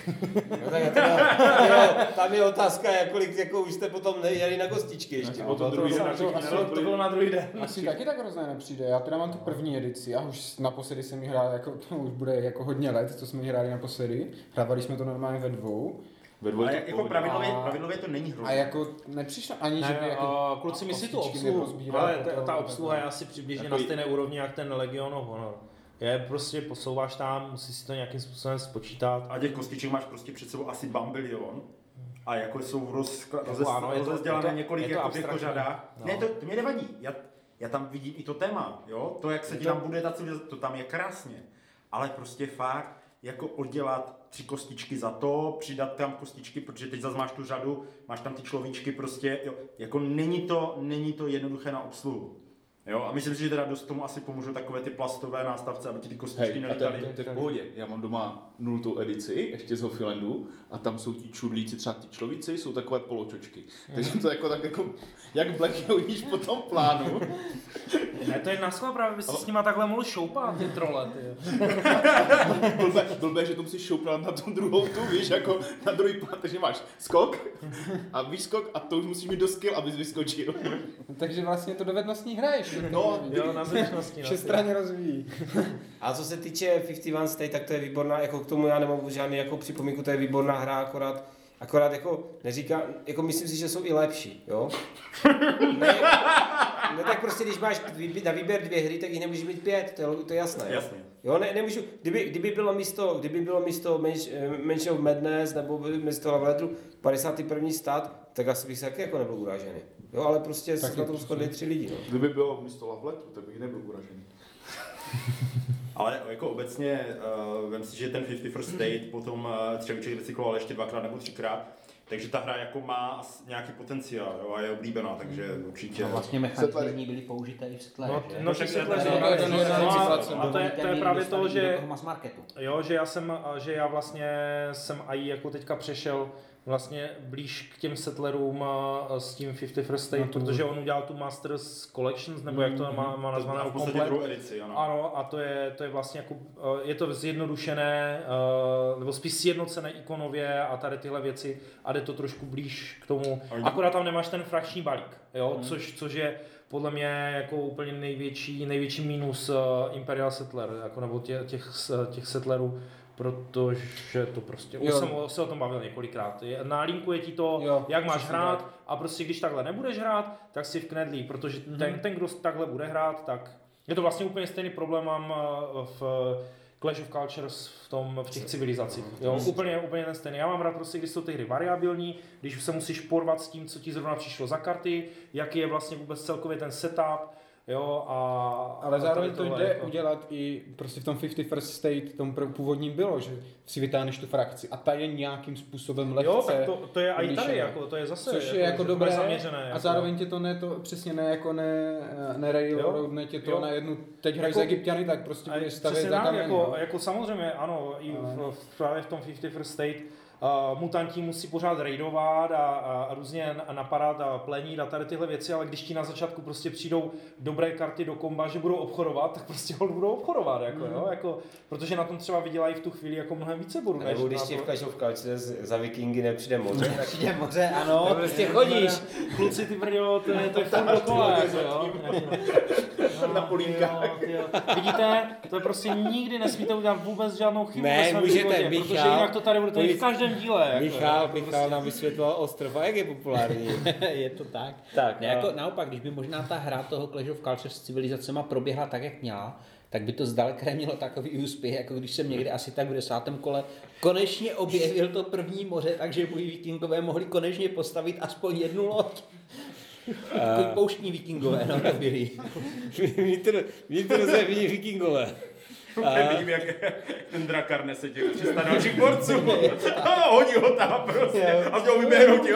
No tak teda, jo, tam je otázka, jak kolik jako už jste potom nejeli na kostičky ještě. No, to, to, druhý den, to, to, to bylo na druhý den. Asi taky tak hrozné nepřijde, já teda mám tu první edici a už naposledy jsem ji hrál, jako, to už bude jako hodně let, co jsme ji hráli naposledy. Hrávali jsme to normálně ve dvou. A jak, jako pravidlově, pravidlově to není hrozné. A jako nepřišlo ani, ne, že by jako... Kluci, my si tu obsluhu, ale ta, ta obsluha je asi přibližně na stejné úrovni, jak ten Legion of Honor. Je prostě posouváš tam, musíš si to nějakým způsobem spočítat. A těch kostiček máš prostě před sebou asi bambilion. A jako jsou roz, roz, ano, rozdělané několik jako v jako řadách. No. Ne, to, to mě nevadí. Já, já tam vidím i to téma, jo? To, jak se ti tam bude ta civilizace, to tam je krásně. Ale prostě fakt, jako oddělat tři kostičky za to, přidat tam kostičky, protože teď zase máš tu řadu, máš tam ty človíčky prostě, jo, jako není to, není to jednoduché na obsluhu. Jo, a myslím si, že teda dost tomu asi pomůžou takové ty plastové nástavce, aby ti ty kostičky nelítaly. To je v pohodě. Já mám doma nultou edici, ještě z Hofilandu, a tam jsou ti čudlíci, třeba ty človíci, jsou takové poločočky. Takže to jako tak jako, jak Black vidíš po tom plánu. Ne, to je naschvál, právě by si s nima takhle mohl šoupat, ty trole, ty. blbé, blbé, že to musíš šoupat na tu druhou tu, víš, jako na druhý plán, takže máš skok a výskok a to už musíš mít do skill, abys vyskočil. Takže vlastně to dovednostní hraješ. No, jo, na zručnosti. Všestranně rozvíjí. A co se týče padesát jedna State, tak to je výborná, jako k tomu já nemám žádný jako připomínku, to je výborná hra, akorát, akorát jako neříká, jako myslím si, že jsou i lepší, jo? Ne, ne tak prostě, když máš na výběr dvě hry, tak jich nemůžeš mít pět, to je, to je jasné. Jasně. Jo, ne, nemůžu, kdyby, kdyby bylo místo, kdyby bylo místo Mansion of Madness nebo místo Love Letteru padesátý první stát, tak asi bych se taky jako nebyl uražený. Jo, ale prostě se na tom shodli tři lidi. No. Kdyby bylo místo Love Letteru, tak bych nebyl uražený. Ale jako obecně, uh, vem si, že ten padesátý první State potom uh, Třevíček recykloval ještě dvakrát nebo třikrát, takže ta hra jako má nějaký potenciál, jo, a je oblíbená, takže určitě... A vlastně mechanizmy z ní byly použité i v Settleru, no, že? No, že Settleru, a to je, to je právě to, že... Jo, že já jsem, že já vlastně jsem i jako teďka přešel vlastně blíž k těm Settlerům s tím padesátý první State, no, protože on udělal tu Masters Collections, nebo jak to má, má nazvané komplet. Edici, ano. Ano, a to je, to je vlastně jako, je to zjednodušené, nebo spíš sjednocené ikonově a tady tyhle věci a jde to trošku blíž k tomu, akorát tam nemáš ten frakční balík, jo, hmm. což, což je podle mě jako úplně největší, největší mínus Imperial Settler, jako, nebo těch, těch, těch Settlerů, protože to prostě, už jsem se o tom bavil několikrát. Nalinkuje ti to, jo, jak máš hrát tak. A prostě když takhle nebudeš hrát, tak si v knedlí, protože mm-hmm. ten, ten, kdo takhle bude hrát, tak je to vlastně úplně stejný problém mám v Clash of Cultures v, tom, v těch civilizacích. Jo, úplně, úplně ten stejný. Já mám rád prostě, když jsou ty hry variabilní, když se musíš porvat s tím, co ti zrovna přišlo za karty, jaký je vlastně vůbec celkově ten setup. Jo, a, ale zároveň to jde jako udělat i prostě v tom padesátém prvním State, tom původním bylo, že si vytáhneš tu frakci a ta je nějakým způsobem lehce. Jo, tak to, to je i tady, jako, to je zase což jako, je jako dobré zaměřené. A zároveň tě to ne, to přesně ne jako ne, ne railroad, tě to jo. Na jednu, teď hraješ jako, z Egypťany, tak prostě budeš stavět za kamen. Jako, jako samozřejmě, ano, i v, v, právě v tom padesátém prvním State uh, mutanti musí pořád raidovat a, a, a různě napadat a plenit a tady tyhle věci, ale když ti na začátku prostě přijdou dobré karty do komba, že budou obchodovat, tak prostě ho budou obchodovat, jako, mm. jo, jako, protože na tom třeba vydělají v tu chvíli jako mnohem více bodů. Než nebo když ti v Clash of Clans za vikingy nepřijde moře. Tak přijde moře, ano. To prostě chodíš. Kluci, ty brďo, to je, to je furt dokola, jako, jo. Na polínkách. Vidíte, to je prostě nikdy nesmíte udělat vůbec žádnou chybu ne, ve svém můžete, životě, Michal, protože jinak to tady budete mít v každém díle. Jako, Michal, jako, Michal prostě. nám vysvětloval ostrov, a jak je populární. Je to tak. Tak, ne, jako, naopak, když by možná ta hra toho Clash of Cultures s civilizacema proběhla tak, jak měla, tak by to zdaleka nemělo takový úspěch, jako když jsem někdy asi tak v desátém kole konečně objevil to první moře, takže moji vikingové mohli konečně postavit aspoň jednu loď. Takový pouštní vikingové, no to byli. Vnitrozemní vikingové. A vidím, jak ten drakar nese těch tři sta dalších borců. A hodí ho tam prostě. A z něho vyběhnou ti.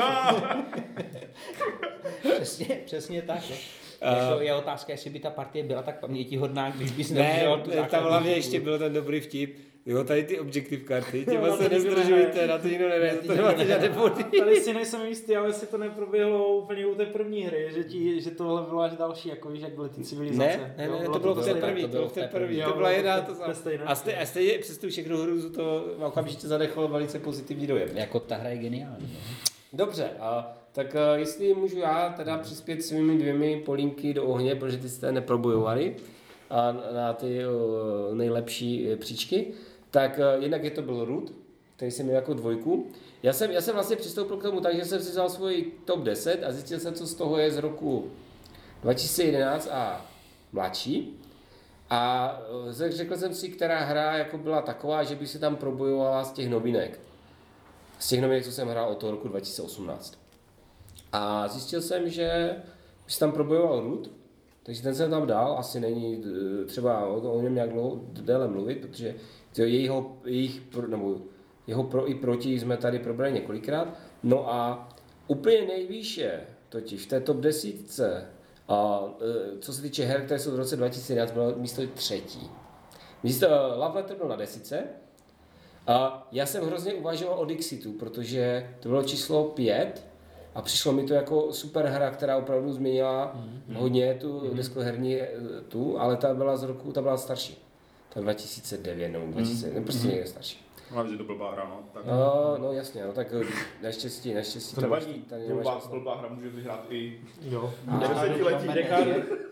Přesně, přesně tak. Uh, je otázka, jestli by ta partie byla tak pamětihodná, když bys ne, neudělal tu tam hlavně ještě byl ten dobrý vtip. Jo, tady ty objective karty, těma se nezdržujte, na to nikdo nevě, to nemáte žádné body. Tady si nejsem jistý, ale jestli to neproběhlo úplně u té první hry, že, ti, že tohle bylo až další, jako víš, jak byly ty civilizace. Ne, ne, ne, to bylo v té první, to bylo v té první, to byla jedna, to samé. A stejně, a stejně přes tu všechnu hru to okamžitě zanechalo velice pozitivní dojem. Jako ta hra je geniální. Dobře, a tak jestli můžu já teda přispět svými dvěmi polínky do ohně, protože ty jste neprobojovali a na ty nejlepší příčky, tak jednak je to byl Root, který jsem měl jako dvojku. Já jsem, já jsem vlastně přistoupil k tomu tak, že jsem si vzal svůj top deset a zjistil jsem, co z toho je z roku dva tisíce jedenáct a mladší. A řekl jsem si, která hra jako byla taková, že by se tam probojovala z těch novinek. Z těch novinek, co jsem hrál od toho roku dva tisíce osmnáct. A zjistil jsem, že by se tam probojoval Root, takže ten jsem tam dal, asi není třeba o, o něm nějak dlouho déle mluvit, protože jeho, jejich, nebo jeho pro i proti jsme tady probrali několikrát. No a úplně nejvýše, totiž v té top desítce, a, co se týče her, které jsou v roce dva tisíce jedenáct, bylo místo třetí. Místo Love Letter byl na desítce. A já jsem hrozně uvažoval o Dixitu, protože to bylo číslo pět a přišlo mi to jako super hra, která opravdu změnila mm-hmm. hodně tu mm-hmm. deskoherní tu, ale ta byla z roku, ta byla starší. Ta dva tisíce devět nebo dva tisíce, mm-hmm. prostě někde starší. Hlavně, že to blbá hra, no. Tak... No, no jasně, no tak naštěstí, naštěstí. To nevadí, blbá, blbá hra může vyhrát i jo. desetiletí dekády.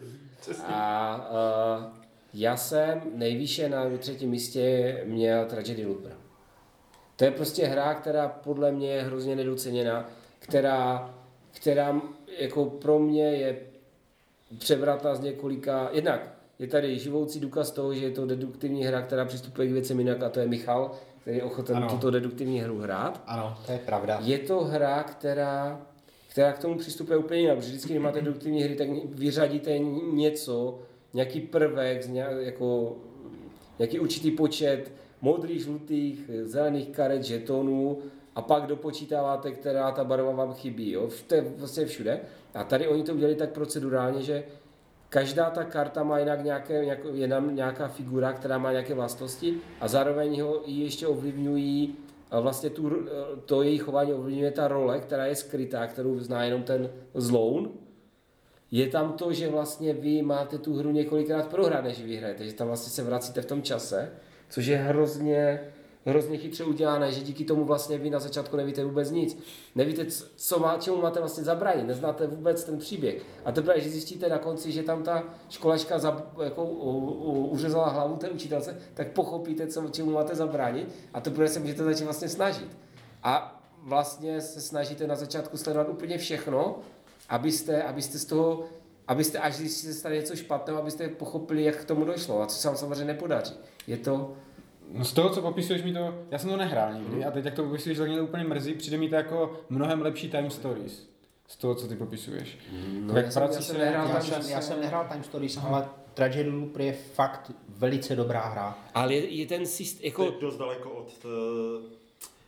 A uh, já jsem nejvýše na třetím místě měl Tragedy Looper. To je prostě hra, která podle mě je hrozně nedoceněná, která, která jako pro mě je převratná z několika, jednak je tady živoucí důkaz toho, že je to deduktivní hra, která přistupuje k věcem jinak, a to je Michal, který je ochoten ano. tuto deduktivní hru hrát. Ano, to je pravda. Je to hra, která, která k tomu přistupuje úplně jinak, protože vždycky, když máte deduktivní hry, tak vyřadíte něco, nějaký prvek, jako, nějaký určitý počet modrých, žlutých, zelených karet, žetonů a pak dopočítáváte, která ta barva vám chybí. Jo? To je vlastně všude. A tady oni to udělali tak procedurálně, že každá ta karta má jinak nějaké, je tam nějaká figura, která má nějaké vlastnosti a zároveň ho ještě ovlivňují, vlastně tu, to její chování ovlivňuje ta role, která je skrytá, kterou zná jenom ten zloun. Je tam to, že vlastně vy máte tu hru několikrát prohrát, než vyhrajete, že tam vlastně se vracíte v tom čase, což je hrozně, hrozně chytře udělané, že díky tomu vlastně vy na začátku nevíte vůbec nic. Nevíte, co má, čemu máte vlastně zabránit, neznáte vůbec ten příběh. A teprve, že zjistíte na konci, že tam ta školačka za, jako, u, u, uřezala hlavu té učitelce, tak pochopíte, co, čemu máte zabránit a teprve se můžete začít vlastně snažit. A vlastně se snažíte na začátku sledovat úplně všechno, abyste, abyste z toho, abyste až když se stane něco špatného, abyste pochopili, jak k tomu došlo, a co se vám samozřejmě nepodaří. Je to... No z toho, co popisuješ mi to, já jsem to nehrál nikdy a teď jak to popisuješ, tak mě to úplně mrzí, přijde mi to jako mnohem lepší Time Stories. Z toho, co ty popisuješ. No, jak já, jsem, já, jsem nehrál, já, jsem, já jsem nehrál Time Stories, ale Tragedy Looper je fakt velice dobrá hra. Ale je, je ten systém, jako... To je dost daleko od... T...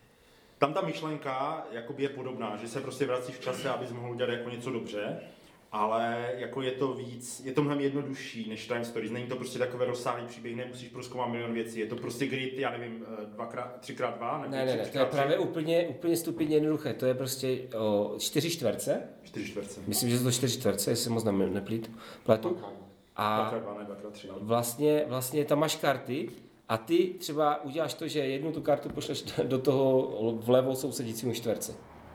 Tam ta myšlenka jakoby je podobná, že se prostě vrací v čase, abys mohl udělat jako něco dobře. ale jako je to víc, je to mnohem jednodušší než Time Stories. Není to prostě takové rozsáhlý příběh, nemusíš prozkoumat milion věcí. Je to prostě grid, já nevím, dvakrát, třikrát dva, nebo ne, ne, ne, to je právě úplně, úplně stupidně jednoduché. To je prostě o, čtyři čtverce. Čtyři čtverce. Myslím, že jsou to čtyři čtverce, jestli moc neplít, pletu. A vlastně, vlastně tam máš karty a ty třeba uděláš to, že jednu tu kartu pošleš do toho vlevo sousedícímu čtverce.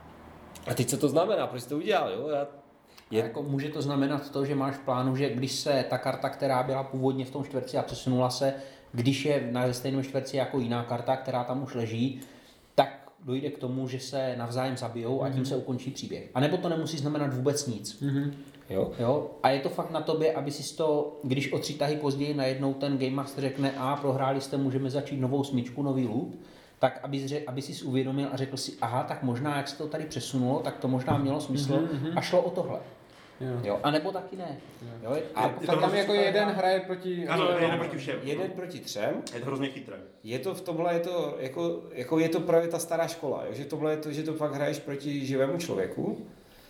A teď co to znamená? Proč jsi to udělal? Jo? Já... Je... Jako může to znamenat to, že máš v plánu, že když se ta karta, která byla původně v tom čtverci a přesunula se, když je na stejném čtverci jako jiná karta, která tam už leží, tak dojde k tomu, že se navzájem zabijou a tím se ukončí příběh. A nebo to nemusí znamenat vůbec nic. Mm-hmm. Jo. Jo? A je to fakt na tobě, aby si to, když o tři tahy později najednou ten Game Master řekne a prohráli jste, můžeme začít novou smyčku, nový loop, tak aby, řek, aby si uvědomil a řekl si, aha, tak možná, jak se to tady přesunulo, tak to možná mělo smysl mm-hmm. a šlo o tohle. Jo. Jo. A nebo taky ne. Jo. A je tam jako, jako jeden hraje proti... Ano, jeden proti všem. Jeden proti třem. Je to hrozně chytré. Je to v tomhle, je to, jako, jako je to právě ta stará škola, jo? Že tohle je to, že to fakt hraješ proti živému člověku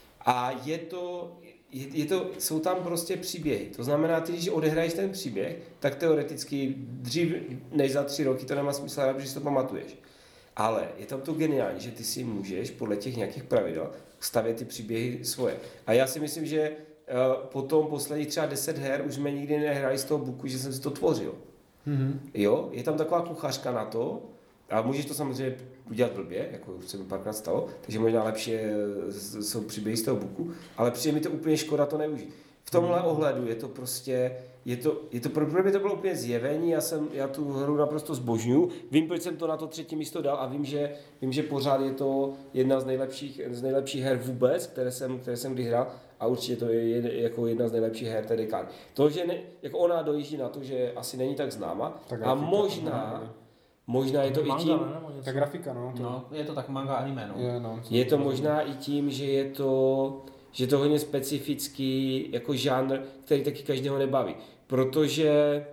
a je to, je, je to, jsou tam prostě příběhy. To znamená, ty, když odehraješ ten příběh, tak teoreticky dřív než za tři roky to nemá smysl, protože si to pamatuješ. Ale je tam to geniální, že ty si můžeš podle těch nějakých pravidel stavět ty příběhy svoje. A já si myslím, že uh, potom posledních třeba deset her už jsme nikdy nehráli z toho booku, že jsem si to tvořil. Mm-hmm. Jo, je tam taková kuchařka na to a můžeš to samozřejmě udělat blbě, jako už se mi párkrát stalo, takže možná lepší jsou příběhy z toho booku, ale přijde mi to úplně škoda to nevyužít. V tomhle mm-hmm. ohledu je to prostě, je to, je to pro mě to bylo úplně zjevení, já jsem, já tu hru naprosto zbožňuju, vím, proč jsem to na to třetí místo dal a vím, že, vím, že pořád je to jedna z nejlepších, z nejlepších her vůbec, které jsem, které jsem kdy hrál a určitě to je jed, jako jedna z nejlepších her té dekády. To, že ne, jako ona dojíždí na to, že asi není tak známa tak a možná, možná je to i tím... Ta grafika, no. To... no. Je to tak manga anime, no. Je, no, je to možná i tím, že je to... že je to hodně specifický jako žánr, který taky každého nebaví. Protože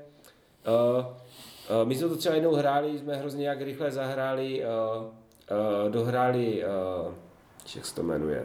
uh, uh, my jsme to třeba jednou hráli, jsme hrozně jak rychle zahráli, uh, uh, dohráli, uh, jak se to jmenuje,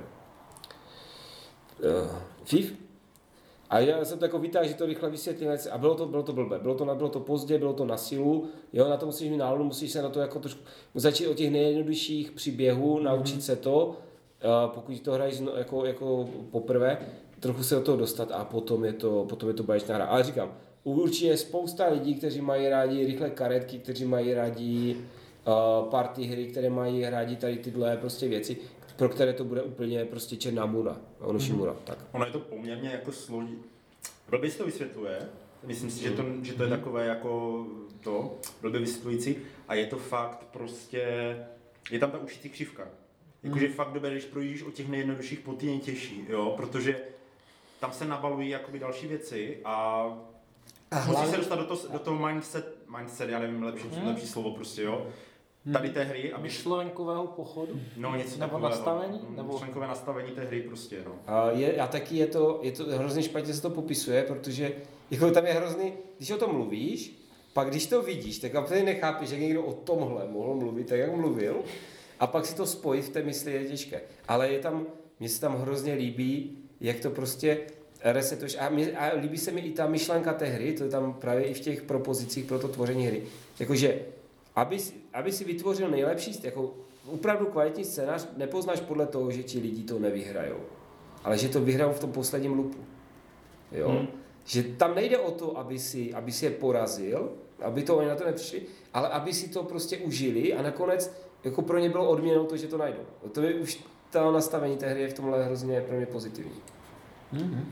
uh, F I F. A já jsem to jako vytáhl, že to rychle vysvětlil a bylo to, bylo to blbé, bylo to, bylo to pozdě, bylo to na silu, jo, na to musíš mít náladu, musíš se na to jako trošku, začít od těch nejjednodušších příběhů, mm-hmm. naučit se to, Uh, pokud to hraješ jako, jako poprvé, trochu se do toho dostat a potom je to, potom je to báječná hra. Ale říkám, určitě je spousta lidí, kteří mají rádi rychlé karetky, kteří mají rádi uh, party hry, které mají rádi tady tyhle prostě věci, pro které to bude úplně prostě černá můra, onošimura. Mm-hmm. Tak. Ono je to poměrně jako složitý. Blbě si to vysvětluje, myslím si, že to, že to je takové jako to, blbě vysvětlující a je to fakt prostě, je tam ta učící křivka. Jakože hmm. fakt dobře, když projíždíš od těch nejjednodušších po ty nejtěžší, jo, protože tam se nabalují jakoby další věci a, a musíš hlavně... se dostat do toho, do toho mindset, mindset, já nevím, lepší, hmm. lepší slovo prostě, jo, tady té hry. Aby... Myšlenkového pochodu? No něco nebo takového. Nastavení? Nebo myšlenkové nastavení té hry prostě, no. A, je, a taky je to, je to hrozně špatně se to popisuje, protože jako tam je hrozný, když o tom mluvíš, pak když to vidíš, tak úplně nechápeš, jak někdo o tomhle mohl mluvit, tak jak mluvil. A pak si to spojit v té mysli je těžké. Ale je tam, mně se tam hrozně líbí, jak to prostě resetuješ. A, mě, a líbí se mi i ta myšlenka té hry, to je tam právě i v těch propozicích pro to tvoření hry. Jakože, aby, aby si vytvořil nejlepší, jako opravdu kvalitní scénář, nepoznáš podle toho, že ti lidi to nevyhrajou. Ale že to vyhrajou v tom posledním loopu. Jo? Hmm. Že tam nejde o to, aby si, aby si je porazil, aby to oni na to nepřišli, ale aby si to prostě užili a nakonec jako pro ně bylo odměnou to, že to najdou. To je už to nastavení té hry je v tomhle hrozně pro mě pozitivní. Mm-hmm.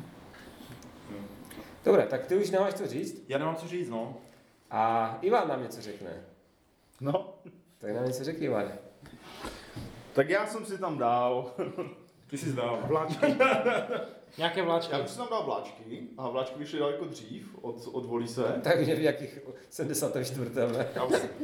Dobré, tak ty už nemáš co říct? Já nemám co říct, no. A Ivan nám něco řekne. No. Tak nám něco řekni, Ivan. Tak já jsem si tam dal... Ty jsi dal. Vláčky. Nějaké vláčky. Já bych si tam dal vláčky a vláčky vyšly daleko dřív od, od Volise. Takže v jakých sedmdesátém čtvrtém ne?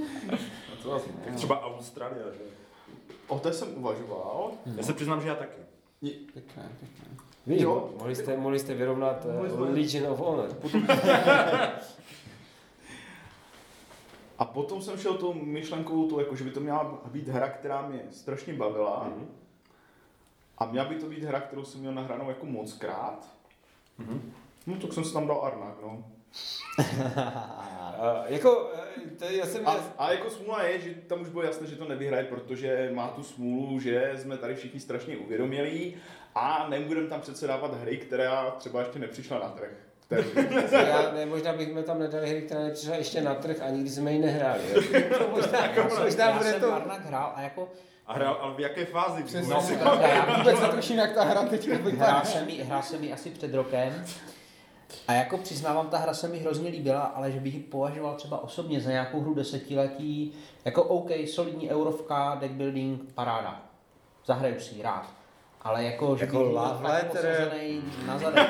Tak třeba Austrálie, že? O té jsem uvažoval. Já se přiznám, že já taky. Pěkné, pěkné. Víš, jo, mohli jste, mohli jste vyrovnat uh, Legion of Honor. A potom jsem šel tou myšlenkou, to, jako, že by to měla být hra, která mě strašně bavila. Mm-hmm. A měla by to být hra, kterou jsem měl nahranou jako mockrát. Mm-hmm. No tak jsem si tam dal Arnak, no. uh, jako, to já jsem... A, a jako smůla je, že tam už bylo jasné, že to nevyhraje, protože má tu smůlu, že jsme tady všichni strašně uvědomělí a nebudeme tam přece dávat hry, která třeba ještě nepřišla na trh. Já, ne, možná bychom tam nedali hry, která nepřišla ještě na trh a nikdy jsme ji nehráli. To možná, já možná já bude jsem to... Arnak hrál a jako... A hrál, ale v jaké fázi? Přesně, No, si pravda, já vůbec netuším, jak ta hra teď Hrál vypadá. jsem, ji, hrál jsem ji asi před rokem a jako přiznávám, ta hra se mi hrozně líbila, ale že bych ji považoval třeba osobně za nějakou hru desetiletí, jako OK, solidní eurovka, deck building, paráda. Zahraju si ji rád. Ale jako, že Jako bych byl Love fakt Letter. posazenej na zadek.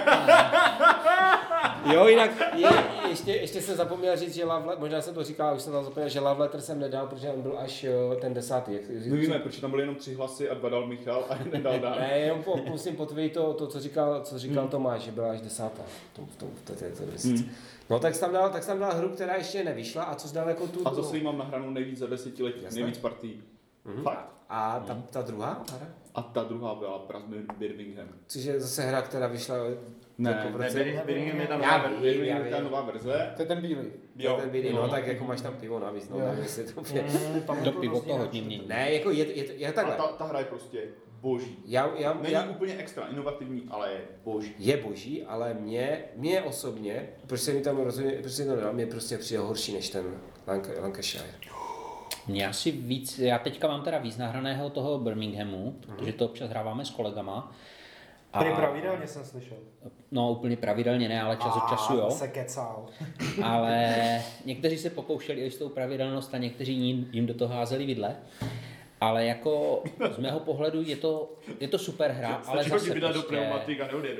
Jo, jinak je, ještě, ještě jsem zapomněl říct, že Love Letter, možná jsem to říkal, už jsem tam zapomněl, že Love Letter jsem nedal, protože on byl až jo, ten desátý. My víme, protože tam byly jenom tři hlasy a dva dal Michal a nedal dál. Ne, jenom po, musím potvrdit to, to co říkal, co říkal hmm. Tomáš, že byla až desátá. V tom, v tom, v té, té, té hmm. No tak jsi tam dal, tak jsi tam dal hru, která ještě nevyšla a co jsi dal jako tu... A zase ji mám nahranou nejvíc za desetiletí, nejvíc partií. Mm-hmm. Fakt. A ta, ta druhá hra? A ta druhá byla Prague Birmingham. Což je zase hra, která vyšla Ne, jako v Ne, roce... Birmingham Birmingham je tam Já nová vím, verze. já Birmingham je ta vím. nová verze. To je ten bílý. Jo, ten bílý, no, tak jako máš tam pivo navíc, no, tak jestli to je... To pivo to hodně mění. Ne, jako je, je, je A takhle. ta, ta hra je prostě boží. Já, já, Není já, úplně extra inovativní, ale je boží. je boží, ale mě, mě osobně, proč se mi tam rozhodně, proč se to nedal, mě prostě přijde horší než ten Lanc- Lancashire. Já si víc, já teďka mám teda víc nahraného toho Birminghamu, protože to občas hráváme s kolegama. A... Prý pravidelně jsem slyšel. No úplně pravidelně ne, ale čas od času jo. se kecal. Ale někteří se pokoušeli o jistou pravidelnost a někteří jim, jim do toho házeli vidle. Ale jako z mého pohledu je to, je to super hra, ale zase vydat do prostě... pneumatik a neodjedou.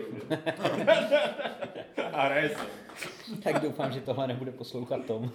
A hraje se. Tak doufám, že tohle nebude poslouchat Tom.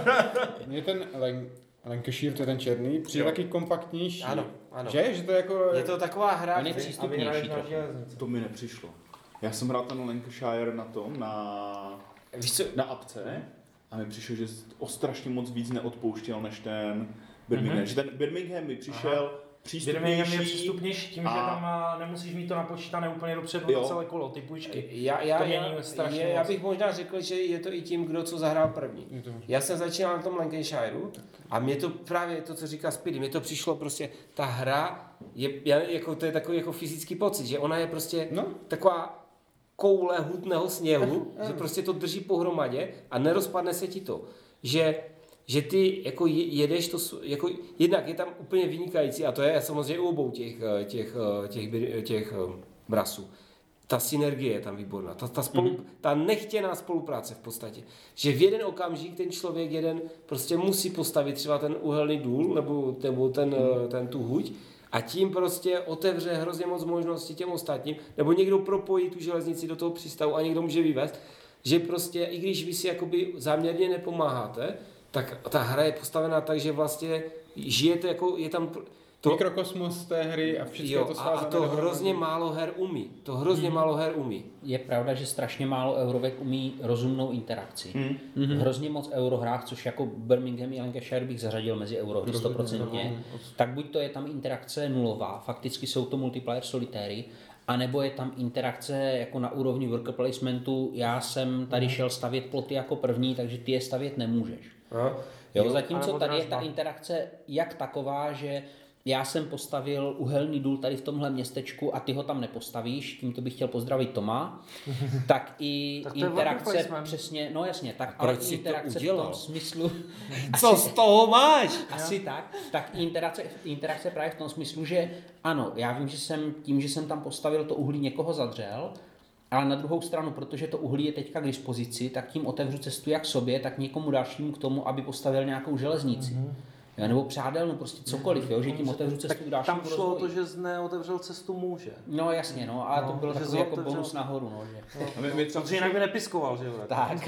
Mně ten Lan- Lancashire, to je ten černý, přijde taky kompaktnější. Ano, ano. Že? Že to je jako... Je to taková hra, On je přístupnější trochu. To mi nepřišlo. Já jsem hrál ten Lancashire na tom, na, Víš co, na apce a mi přišlo, že o strašně moc víc neodpouštěl než ten Birmingham. Mm-hmm. Že ten Birmingham mi přišel přístupnější. Birmingham je přístupnější tím, a... že tam nemusíš mít to napočítané úplně dopředu Jo. na celé kolo, ty půjčky. já, já, To já, mění strašně je, já moc. bych možná řekl, že je to i tím, kdo co zahrál první. Já jsem začínal na tom Lancashireu a mě to právě to, co říká Speedy, mě to přišlo prostě, ta hra, je, jako, to je takový jako fyzický pocit, že ona je prostě No. taková koule hutného sněhu, že prostě to drží pohromadě a nerozpadne se ti to. Že, že ty jako jedeš to, jako jednak je tam úplně vynikající a to je samozřejmě u obou těch, těch, těch, těch, těch brasů. Ta synergie je tam výborná, ta, ta, spolu, mm-hmm. ta nechtěná spolupráce v podstatě. Že v jeden okamžik ten člověk jeden prostě musí postavit třeba ten uhelný důl nebo, nebo ten, mm. ten tu huť a tím prostě otevře hrozně moc možností těm ostatním, nebo někdo propojí tu železnici do toho přístavu a někdo může vyvést, že prostě i když vy si jakoby záměrně nepomáháte, tak ta hra je postavená tak, že vlastně žijete jako, je tam... To, mikrokosmos té hry a všechno jo, to a, svázané. a to hrozně málo her umí. To hrozně hmm. málo her umí. Je pravda, že strašně málo eurovek umí rozumnou interakci. Hmm. Mm-hmm. Hrozně moc eurohrách, což jako Birmingham a Lancashire bych zařadil mezi eurohry sto procent. Tak buď to je tam interakce nulová, fakticky jsou to multiplayer solitéry, anebo je tam interakce jako na úrovni worker placementu, já jsem tady šel stavět ploty jako první, takže ty je stavět nemůžeš. Aha. Jo, zatímco tady je ta interakce jak taková, že já jsem postavil uhelný důl tady v tomhle městečku a ty ho tam nepostavíš, tímto bych chtěl pozdravit Toma, tak i tak interakce přesně, no jasně, tak ale interakce v tom smyslu... Co z toho máš? Asi tak, tak interakce, interakce právě v tom smyslu, že ano, já vím, že jsem tím, že jsem tam postavil to uhlí, někoho zadřel, ale na druhou stranu, protože to uhlí je teďka k dispozici, tak tím otevřu cestu jak sobě, tak někomu dalšímu k tomu, aby postavil nějakou železnici. Mm-hmm. Jo, nebo přádelnu, prostě cokoliv, jo, že tím otevřu cestu k dalšímu tam šlo o to, že neotevřel cestu muže. No jasně, no, ale no, to byl takový jako bonus nahoru, no, že... No, my, my protože jinak by nepiskoval, že jo? Tak.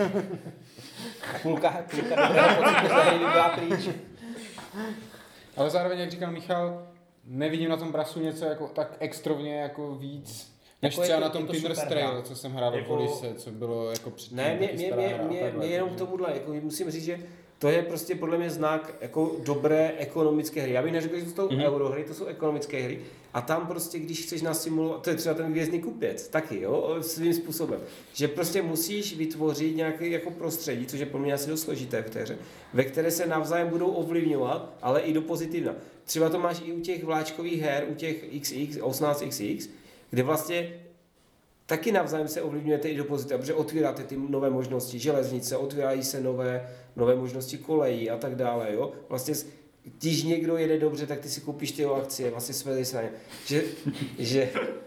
půlka, půlka dobrého pocitu za hry by byla pryč. Ale zároveň, jak říkal Michal, nevidím na tom brasu něco jako tak extrovně jako víc, než jako třeba to, na tom Tinder's Trail, co jsem hrál jako... v Polise, co bylo jako předtím. Ne, mě, mě, mě, mě, mě jenom k tomuhle, jako musím říct, že to je prostě podle mě znak jako dobré ekonomické hry. Já bych neřekl, že to jsou mm-hmm. eurohry, to jsou ekonomické hry. A tam prostě, když chceš nasimulovat, to je třeba ten Hvězdný kupec, taky, jo, svým způsobem. Že prostě musíš vytvořit nějaké jako prostředí, což je pro mě asi dost složité v té hře, ve které se navzájem budou ovlivňovat, ale i do pozitivna. Třeba to máš i u těch vláčkových her, u těch X X, osmnáct X X, kde vlastně taky navzájem se ovlivňujete i do pozitiva, protože otvíráte ty nové možnosti železnice, otvírají se nové, nové možnosti kolejí a tak dále, jo. Vlastně když někdo jede dobře, tak ty si koupíš ty akcie, vlastně své straně. Že, že...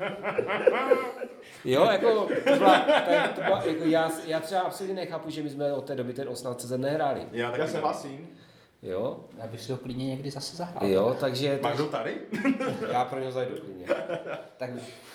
Jo, jako, to byla, to byla, jako já, já třeba absolutně nechápu, že my jsme od té doby ten osmnáct C Z nehráli. Já, tak já se hlasím. Jo. Já bych si ho klidně někdy zase zahrál. Jo, takže... Máš ho tady? Já pro něho zajdu klidně. Tak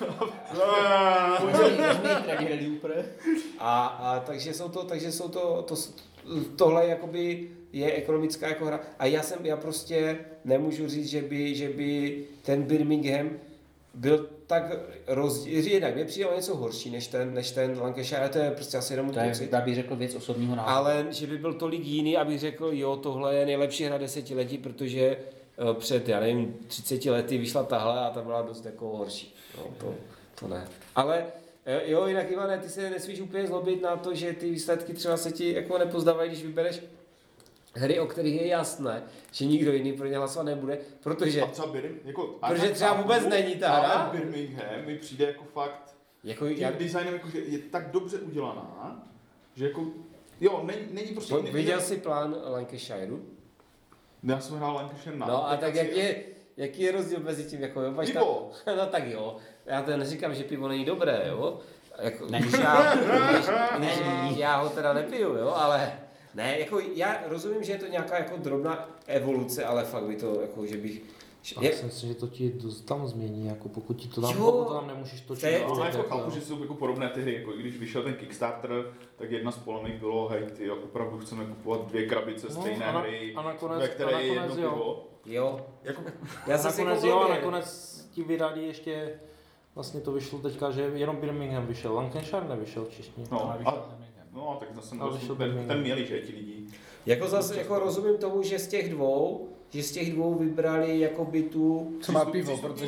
a, a takže jsou to, takže jsou to, to tohle jakoby je ekonomická jako hra. A já jsem, já prostě nemůžu říct, že by, že by ten Birmingham byl tak rozdíl, jinak mě přijde o něco horší než ten, než ten Lancashire, to je prostě asi jenom to je, já bych řekl věc osobního názoru. Ale že by byl tolik jiný, abych řekl, jo, tohle je nejlepší hra desetiletí, protože před, já nevím, třiceti lety vyšla tahle a ta byla dost jako horší. No, to, to ne. Ale jo, jinak Ivane, ty se nesmíš úplně zlobit na to, že ty výsledky třeba se ti jako nepozdávají, když vybereš hry, o kterých je jasné, že nikdo jiný pro ně hlasovat nebude, protože, třeba Birmingham, jako, protože třeba vůbec není ta hra. Ale Birmingham mi přijde jako fakt jako, tím jak... designem, jako, že je tak dobře udělaná, že jako, jo, není, není prostě... Po, viděl jsi plán Lancashireu? Já jsem hrál Lancashire na... No a tak jak je, jaký je rozdíl mezi tím, jako jo? Pivo! Ta... No tak jo, já to neříkám, že pivo není dobré, jo? Jako, když já, když, když já ho teda nepiju, jo, ale... Ne, jako já rozumím, že je to nějaká jako drobná evoluce, ale fakt by to, jako, že bych... Já je... myslím si, že to ti dost tam změní, jako pokud ti to tam, jo, pokud to tam nemůžeš točit. Je, ale jako chápu, že jsou jako podobné ty hry, jako když vyšel ten Kickstarter, tak jedna z polemik bylo, hej, ty opravdu chceme kupovat dvě krabice no, stejné a na, hry, a nakonec, ve které a je nakonec jedno jo. pivo. Jo. Jako, já a nakonec jo, a nakonec ti vydali ještě, vlastně to vyšlo teďka, že jenom Birmingham vyšel, Lancashire nevyšel čistě. No, a, no tak zase ten, ten měli, že ti lidi. Jako zase jako rozumím tomu, že z těch dvou, že z těch dvou vybrali jakoby tu... Co má pivo, protože...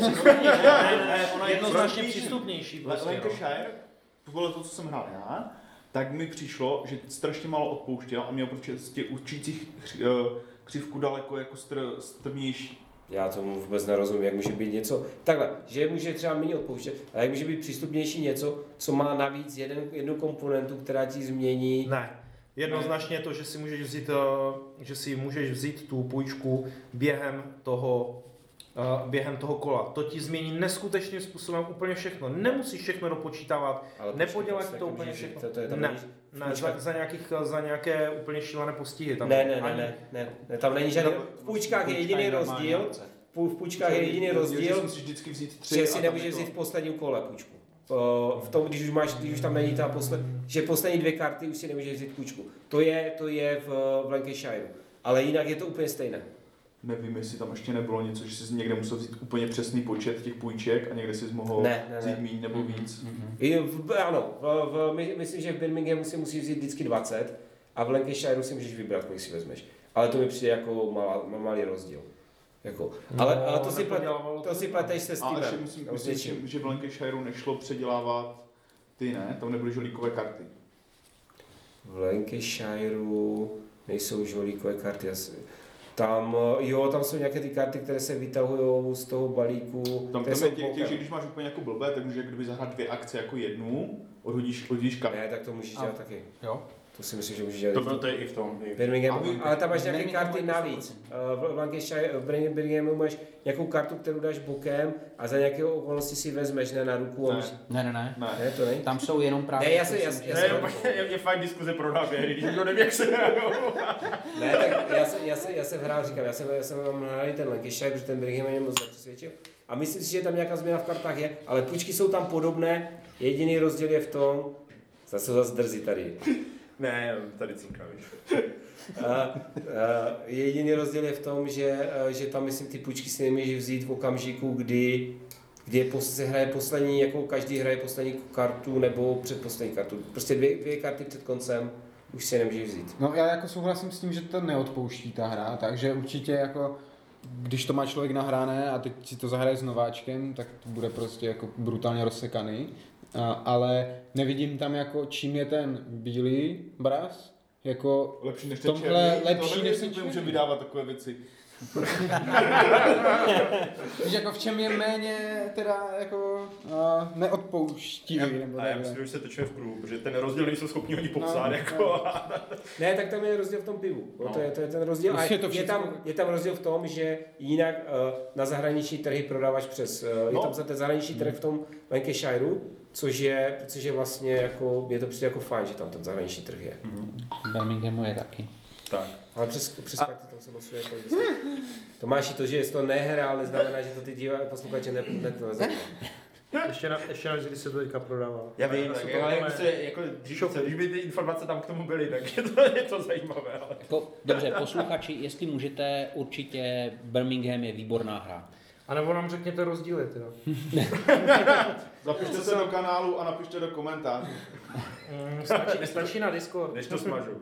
Ona je jednoznačně přístupnější. Lancashire, podle toho, co jsem hrál já, tak mi přišlo, že strašně málo odpouštěl a měl prostě z těch učících křivku daleko jako str, strmější. Já tomu vůbec nerozumím, jak může být něco... Takhle, že může třeba méně odpouštět, ale jak může být přístupnější něco, co má navíc jeden, jednu komponentu, která ti změní... Ne. Jednoznačně to, že si můžeš vzít, že si můžeš vzít tu půjčku během toho, během toho kola. To ti změní neskutečným způsobem úplně všechno. Nemusíš všechno dopočítávat, nepodělat to úplně všechno. To, to je tam ne, ne za, za, nějakých, za nějaké úplně šílené postihy. Tam ne, ne, ne, ne, ne, ne, tam není žádný. V půjčkách je jediný rozdíl. V půjčkách je jediný rozdíl, že si nemůžeš vzít v posledním kole půjčku. V tom, když už máš, když už tam není ta posled, že poslední dvě karty už si nemůžeš vzít půjčku. To je, to je v, v Lancashireu. Ale jinak je to úplně stejné. Nevím, jestli tam ještě nebylo něco, že jsi někde musel vzít úplně přesný počet těch půjček a někde jsi mohl ne, ne, vzít méně nebo víc. I v, ano, v, v, my, myslím, že v Birminghamu si musíš vzít vždycky dvacet a v Lancashireu si můžeš vybrat, kolik si vezmeš. Ale to mi přijde jako malá, malý rozdíl. Jako, ale, no, ale to, si plet, to si pleteš se Steamem. Ale myslím, myslím že, že v Lancashireu nešlo předělávat ty, ne? Tam nebyly žolíkové karty. V Lancashireu nejsou žolíkové karty. Tam, jo, tam jsou nějaké ty karty, které se vytahují z toho balíku. Tam, tam je těch, těch, že když máš úplně jako blbé, tak můžeš kdyby zahrát dvě akce jako jednu, odhodíš, odhodíš karty. Ne, tak to můžeš dělat taky. Jo. To si myslím, že můžeš dělat. To bylo to i v tom. Birmingham, ale tam máš nějaké karty navíc. V Lancashire, v Birminghamu máš nějakou kartu, kterou dáš bokem a za nějakého okolnosti si vezmeš, ne na ruku. Ne, ne, ne. ne. ne to není? Tam jsou jenom právě... Ne, já se, já, já ne, se, je, je fajn diskuze pro nás, když někdo neví, jak se hrajou. Ne, tak já se, já se, já se v hrách říkám, já jsem, já jsem vám hrál ten Lancashire, protože ten Birmingham mě moc nepřesvědčil. A myslím si, že tam nějaká změna v kartách je, ale půjčky jsou tam podobné, jediný rozdíl je v tom, zase zase drzí tady. Ne, tady cinká, víš. A, a, jediný rozdíl je v tom, že, že tam myslím ty půjčky si nemůžeš vzít v okamžiku, kdy, kdy je, se hraje poslední, jako každý hraje poslední kartu nebo předposlední kartu. Prostě dvě, dvě karty před koncem už si nemůžeš vzít. No já jako souhlasím s tím, že to neodpouští ta hra, takže určitě jako když to má člověk nahrané a teď si to zahraje s nováčkem, tak to bude prostě jako brutálně rozsekaný. A, ale nevidím tam jako čím je ten bílý braz jako lepší než v tomhle lepší než ten černý. Může vydávat takové věci. Víš, jako v čem je méně teda jako uh, neodpouštivý, nebo a já myslím, že už se točíme v kruhu, protože ten rozdíl nejsou schopni oni popsat, no, jako. No. Ne, tak tam je rozdíl v tom pivu, no. To, je, to je ten rozdíl. A je, je, tam, je tam rozdíl v tom, že jinak uh, na zahraniční trhy prodáváš přes, uh, no. je tam za ten zahraniční trh v tom Lancashireu, což je, což je vlastně jako, je to přijde jako fajn, že tam ten zahraniční trh je. Mm-hmm. Birminghamu je taky. Tak. Ale přes, přes a... karty tam se losuje jako to máš i to, že to nehra, ale znamená, že to ty díva posluchače ne, ne, to nezajímá. Ještě na, ještě na, když se to teďka prodává. Já vím, tak, ale jako se, jako, když, se, když by ty informace tam k tomu byly, tak je to, je to zajímavé. Ale... Jako, dobře, posluchači, jestli můžete, určitě Birmingham je výborná hra. A nebo nám řekněte rozdíly, teda. Zapište se do kanálu a napište do komentářů. Mm, stačí, stačí na Discord. Než to smažu.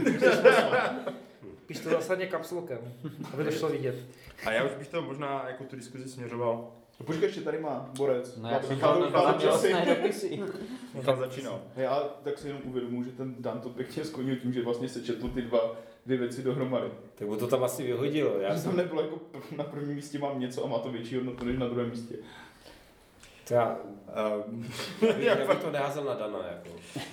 Píš to zásadně kapslokem, aby to šlo vidět. A já už bych to možná jako tu diskuzi směřoval. No počkej, ještě tady má Borec. No, já jsem dopisy. Tam začínal. Já tak si jenom uvědomuji, že ten Dan to pěkně skonil tím, že vlastně se četl ty dva dvě věci dohromady. Tak mu to tam asi vyhodilo. Já jsem... Tam nebylo jako na prvním místě mám něco a má to větší hodnotu než na druhém místě. To já... Um, já bych to neházel na Dana, jako.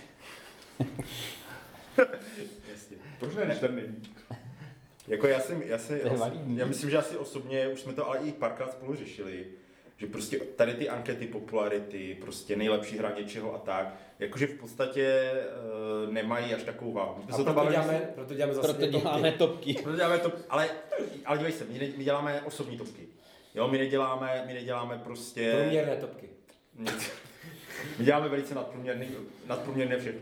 Proč ne, než tam není? Jako já, si, já, si, já myslím, že asi osobně, už jsme to ale i párkrát spolu řešili, že prostě tady ty ankety popularity, prostě nejlepší hra něčeho a tak, jakože v podstatě uh, nemají až takovou váhu. A proto, bavili, děláme, proto děláme zase proto děláme topky. Proto děláme topky. Ale, ale dívej se, my, ne, my děláme osobní topky. Jo, my neděláme, my neděláme prostě... Průměrné topky. My děláme velice nadprůměrné, nadprůměrné všechno.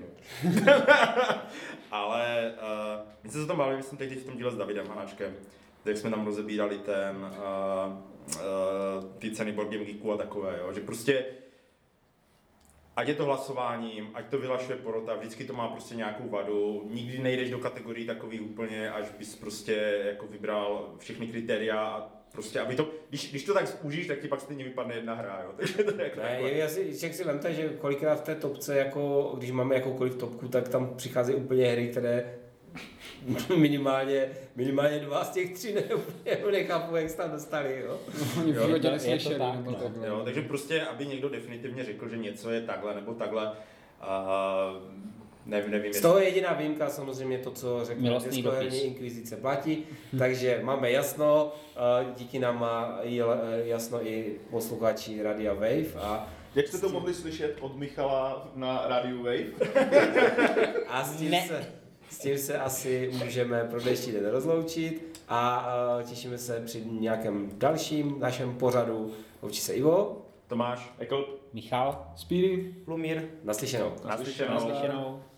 Ale uh, my se o tom bavili, myslím, teď v tom díle s Davidem Hanáčkem, jak jsme tam rozebírali ten, uh, uh, ty ceny Board Game Geeku a takové, jo? Že prostě ať je to hlasováním, ať to vyhlašuje porota, vždycky to má prostě nějakou vadu, nikdy nejdeš do kategorií takových úplně, až bys prostě jako vybral všechny kritéria a prostě, aby to, když, když to tak zúžíš, tak ti pak stejně vypadne jedna hra, jo. Takže to je jako ne, je, já si, si vemte, že kolikrát v té topce, jako, když máme jakoukoliv topku, tak tam přicházejí úplně hry, které minimálně, minimálně dva z těch tří ne, nechápu, jak se tam dostali, jo. Oni v životě neslyšeli. Jo, takže prostě, aby někdo definitivně řekl, že něco je takhle nebo takhle, uh, nevím, nevím. Z toho je jediná výjimka, samozřejmě to, co řekl Deskoherní inkvizice platí, takže máme jasno, díky nám má jasno i posluchači Radia Wave. A jak jste to mohli slyšet od Michala na Radio Wave? A s tím, se, s tím se asi můžeme pro dnešní den rozloučit a těšíme se při nějakém dalším našem pořadu. Loučí se Ivo, Tomáš, Ekl, Michal, Speedy, Lumír, naslyšenou. Naslyšenou. Naslyšenou.